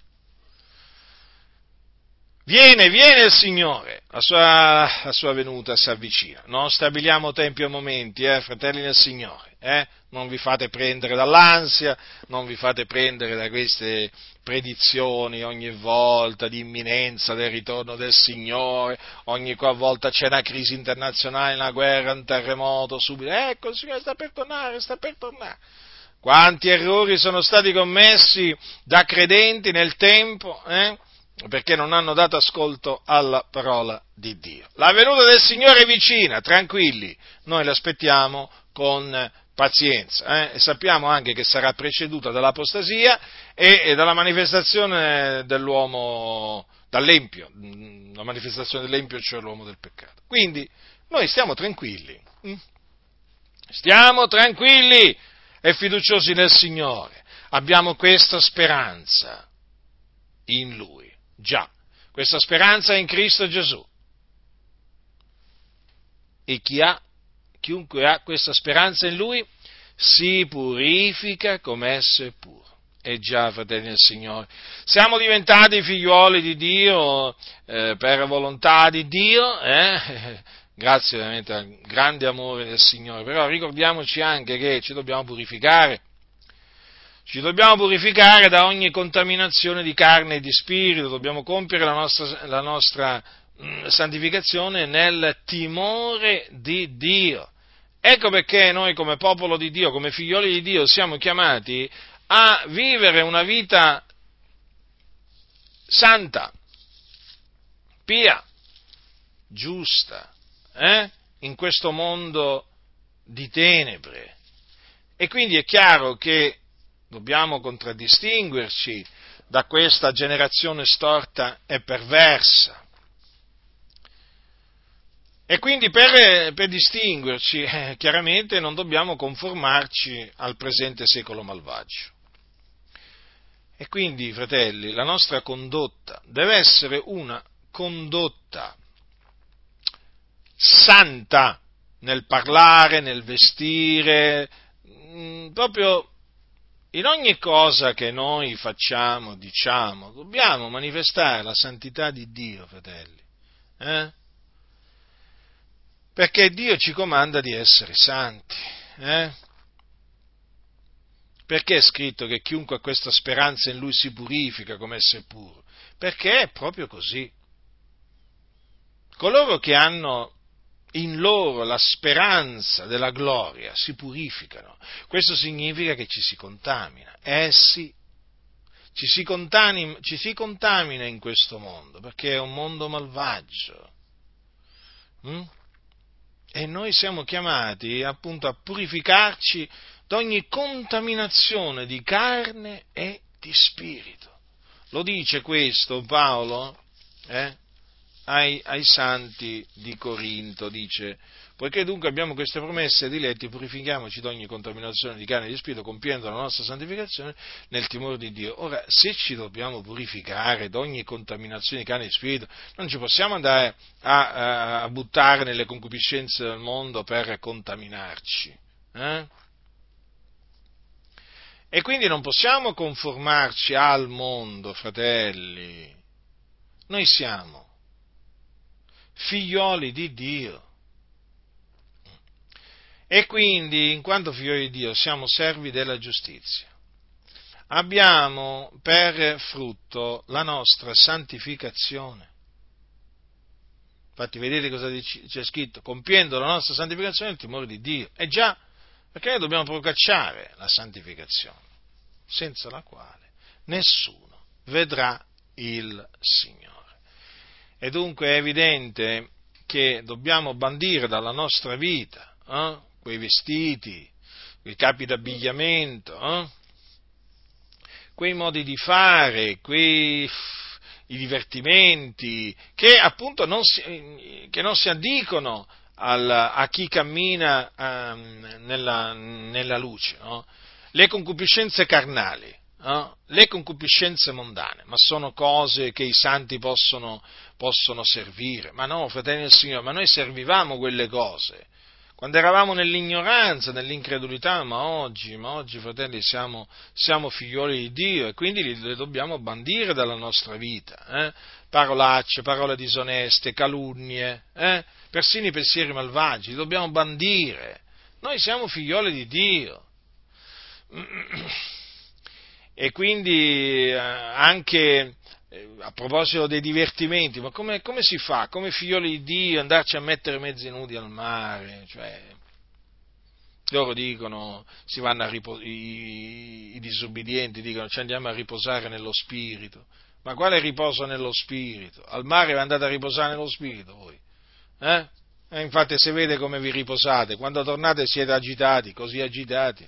il Signore, la sua venuta si avvicina. Non stabiliamo tempi o momenti, fratelli del Signore, non vi fate prendere dall'ansia, non vi fate prendere da queste predizioni ogni volta di imminenza del ritorno del Signore, ogni qualvolta c'è una crisi internazionale, una guerra, un terremoto, subito, ecco il Signore sta per tornare. Quanti errori sono stati commessi da credenti nel tempo, perché non hanno dato ascolto alla parola di Dio. La venuta del Signore è vicina, tranquilli, noi l'aspettiamo con pazienza, e sappiamo anche che sarà preceduta dall'apostasia e dalla manifestazione dell'uomo, dall'empio, la manifestazione dell'empio, cioè l'uomo del peccato. Quindi noi stiamo tranquilli e fiduciosi nel Signore, abbiamo questa speranza in Lui. Già, questa speranza è in Cristo Gesù. E chiunque ha questa speranza in Lui si purifica come esso è puro. E già, fratelli del Signore, siamo diventati figliuoli di Dio per volontà di Dio, grazie veramente al grande amore del Signore, però ricordiamoci anche che ci dobbiamo purificare da ogni contaminazione di carne e di spirito, dobbiamo compiere la nostra santificazione nel timore di Dio. Ecco perché noi come popolo di Dio, come figlioli di Dio, siamo chiamati a vivere una vita santa, pia, giusta, in questo mondo di tenebre. E quindi è chiaro che dobbiamo contraddistinguerci da questa generazione storta e perversa. E quindi per distinguerci, chiaramente non dobbiamo conformarci al presente secolo malvagio. E quindi, fratelli, la nostra condotta deve essere una condotta santa nel parlare, nel vestire, proprio in ogni cosa che noi facciamo, diciamo, dobbiamo manifestare la santità di Dio, fratelli. Perché Dio ci comanda di essere santi. Perché è scritto che chiunque ha questa speranza in Lui si purifica come essere puro? Perché è proprio così. Coloro che hanno in loro la speranza della gloria si purificano. Questo significa che ci si contamina. Ci si contamina in questo mondo, perché è un mondo malvagio. E noi siamo chiamati appunto a purificarci da ogni contaminazione di carne e di spirito. Lo dice questo Paolo ai santi di Corinto, dice: poiché dunque abbiamo queste promesse, diletti, purifichiamoci da ogni contaminazione di carne e di spirito, compiendo la nostra santificazione nel timore di Dio. Ora, se ci dobbiamo purificare da ogni contaminazione di carne e di spirito, non ci possiamo andare a buttare nelle concupiscenze del mondo per contaminarci. E quindi non possiamo conformarci al mondo, fratelli. Noi siamo figlioli di Dio. E quindi, in quanto figlioli di Dio, siamo servi della giustizia. Abbiamo per frutto la nostra santificazione. Infatti, vedete cosa c'è scritto? Compiendo la nostra santificazione nel timore di Dio. E già, perché noi dobbiamo procacciare la santificazione, senza la quale nessuno vedrà il Signore. E dunque è evidente che dobbiamo bandire dalla nostra vita quei vestiti, quei capi d'abbigliamento, quei modi di fare, i divertimenti che appunto non si addicono a chi cammina nella luce, le concupiscenze carnali, le concupiscenze mondane, ma sono cose che i santi possono servire. Ma no, fratelli del Signore, ma noi servivamo quelle cose quando eravamo nell'ignoranza, nell'incredulità, ma oggi, fratelli, siamo figlioli di Dio e quindi le dobbiamo bandire dalla nostra vita. Parolacce, parole disoneste, calunnie, persino i pensieri malvagi, li dobbiamo bandire. Noi siamo figlioli di Dio. E quindi anche a proposito dei divertimenti, ma come si fa, come figlioli di Dio, andarci a mettere mezzi nudi al mare? Cioè, loro dicono, i disobbedienti dicono, ci andiamo a riposare nello spirito. Ma quale riposo nello spirito? Al mare vi andate a riposare nello spirito voi? E infatti si vede come vi riposate, quando tornate siete agitati, così agitati.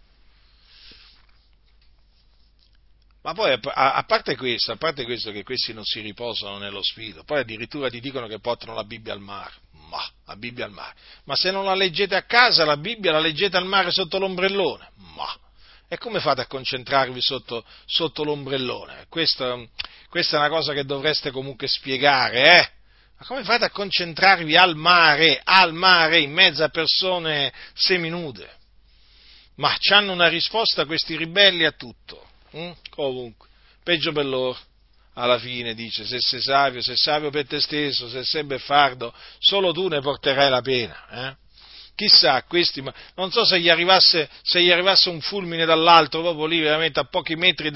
Ma poi, a parte questo che questi non si riposano nello spirito, poi addirittura ti dicono che portano la Bibbia al mare. La Bibbia al mare. Ma se non la leggete a casa, la Bibbia la leggete al mare sotto l'ombrellone. E come fate a concentrarvi sotto l'ombrellone? Questa è una cosa che dovreste comunque spiegare, Ma come fate a concentrarvi al mare, in mezzo a persone seminude? Ma c'hanno una risposta questi ribelli a tutto. Comunque, peggio per loro. alla fine dice, se sei savio per te stesso, se sei beffardo, solo tu ne porterai la pena, Chissà, questi, ma non so se gli arrivasse un fulmine dall'alto, proprio lì, veramente a pochi metri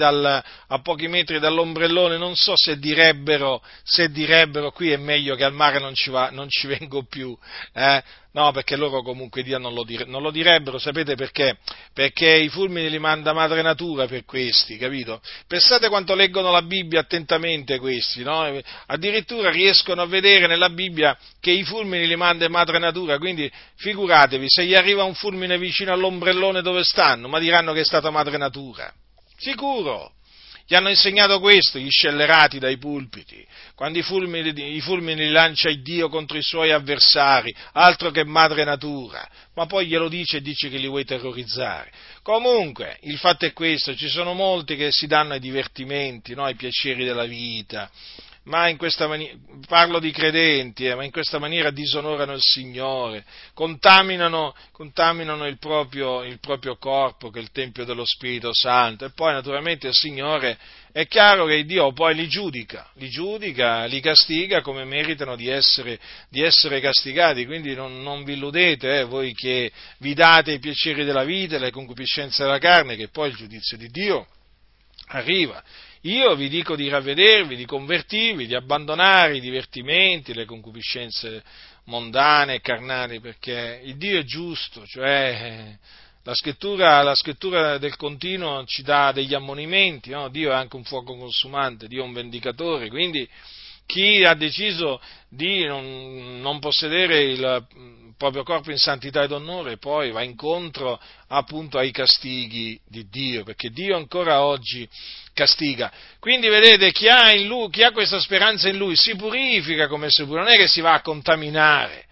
dall'ombrellone, non so se direbbero qui è meglio che al mare non ci vengo più, No, perché loro comunque Dio non lo direbbero, sapete perché? Perché i fulmini li manda madre natura per questi, capito? Pensate quanto leggono la Bibbia attentamente questi, no? Addirittura riescono a vedere nella Bibbia che i fulmini li manda madre natura, quindi figuratevi, se gli arriva un fulmine vicino all'ombrellone dove stanno, ma diranno che è stata madre natura. Sicuro! Gli hanno insegnato questo, gli scellerati dai pulpiti, quando i fulmini li lancia il Dio contro i suoi avversari, altro che madre natura, ma poi glielo dice e dice che li vuoi terrorizzare. Comunque, il fatto è questo, ci sono molti che si danno ai divertimenti, no? Ai piaceri della vita, ma in questa maniera, parlo di credenti, ma in questa maniera disonorano il Signore, contaminano il proprio corpo, che è il Tempio dello Spirito Santo, e poi naturalmente il Signore, è chiaro che Dio poi li giudica, li castiga come meritano di essere castigati, quindi non vi illudete, voi che vi date i piaceri della vita e le concupiscenze della carne, che poi il giudizio di Dio arriva. Io vi dico di ravvedervi, di convertirvi, di abbandonare i divertimenti, le concupiscenze mondane e carnali, perché il Dio è giusto, cioè la scrittura del continuo ci dà degli ammonimenti, no? Dio è anche un fuoco consumante, Dio è un vendicatore, quindi chi ha deciso di non possedere il proprio corpo in santità ed onore poi va incontro appunto ai castighi di Dio, perché Dio ancora oggi castiga. Quindi vedete, chi ha questa speranza in Lui si purifica come se pure, non è che si va a contaminare,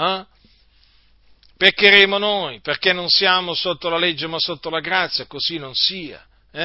Peccheremo noi, perché non siamo sotto la legge ma sotto la grazia, così non sia,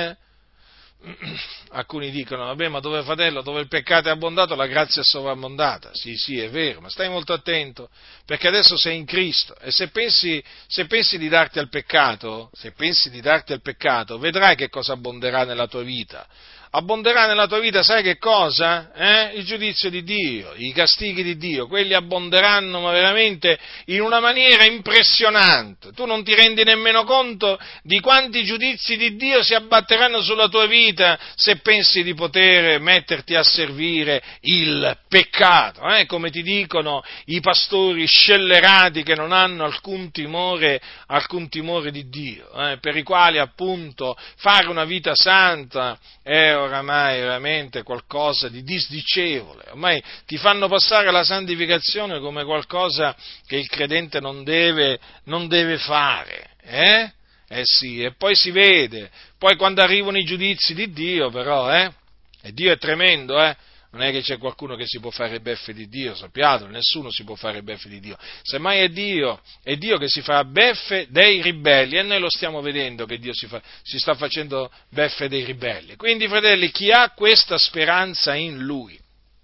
Alcuni dicono, vabbè, ma dove, fratello, dove il peccato è abbondato, la grazia è sovrabbondata. Sì, è vero, ma stai molto attento, perché adesso sei in Cristo, e se pensi di darti al peccato, vedrai che cosa abbonderà nella tua vita. Abbonderà nella tua vita, sai che cosa? Il giudizio di Dio, i castighi di Dio, quelli abbonderanno, ma veramente in una maniera impressionante. Tu non ti rendi nemmeno conto di quanti giudizi di Dio si abbatteranno sulla tua vita se pensi di poter metterti a servire il peccato, come ti dicono i pastori scellerati che non hanno alcun timore di Dio, per i quali appunto fare una vita santa è oramai veramente qualcosa di disdicevole. Ormai ti fanno passare la santificazione come qualcosa che il credente non deve fare, sì, e poi si vede, poi quando arrivano i giudizi di Dio però, e Dio è tremendo, non è che c'è qualcuno che si può fare beffe di Dio, sappiatelo, nessuno si può fare beffe di Dio, semmai è Dio che si fa beffe dei ribelli, e noi lo stiamo vedendo che Dio si sta facendo beffe dei ribelli. Quindi, fratelli, chi ha questa speranza in Lui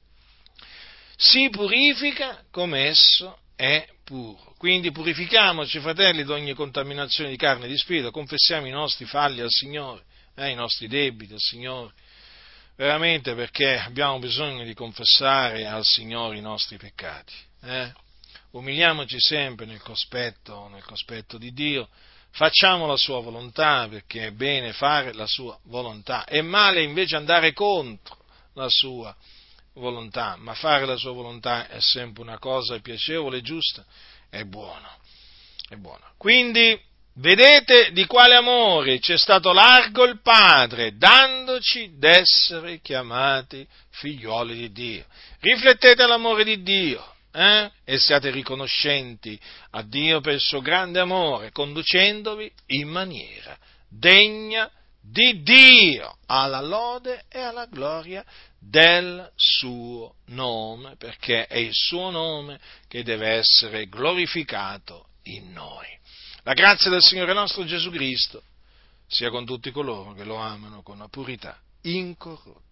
si purifica come esso è puro. Quindi purifichiamoci, fratelli, da ogni contaminazione di carne e di spirito, confessiamo i nostri falli al Signore, i nostri debiti al Signore, veramente, perché abbiamo bisogno di confessare al Signore i nostri peccati. Umiliamoci sempre nel cospetto di Dio, facciamo la sua volontà, perché è bene fare la sua volontà, è male invece andare contro la sua volontà, ma fare la sua volontà è sempre una cosa piacevole, giusta e buona. Quindi, vedete di quale amore ci è stato largo il Padre, dandoci d'essere chiamati figlioli di Dio. Riflettete l'amore di Dio, e siate riconoscenti a Dio per il suo grande amore, conducendovi in maniera degna di Dio, alla lode e alla gloria del suo nome, perché è il suo nome che deve essere glorificato in noi. La grazia del Signore nostro Gesù Cristo sia con tutti coloro che lo amano con una purità incorrotta.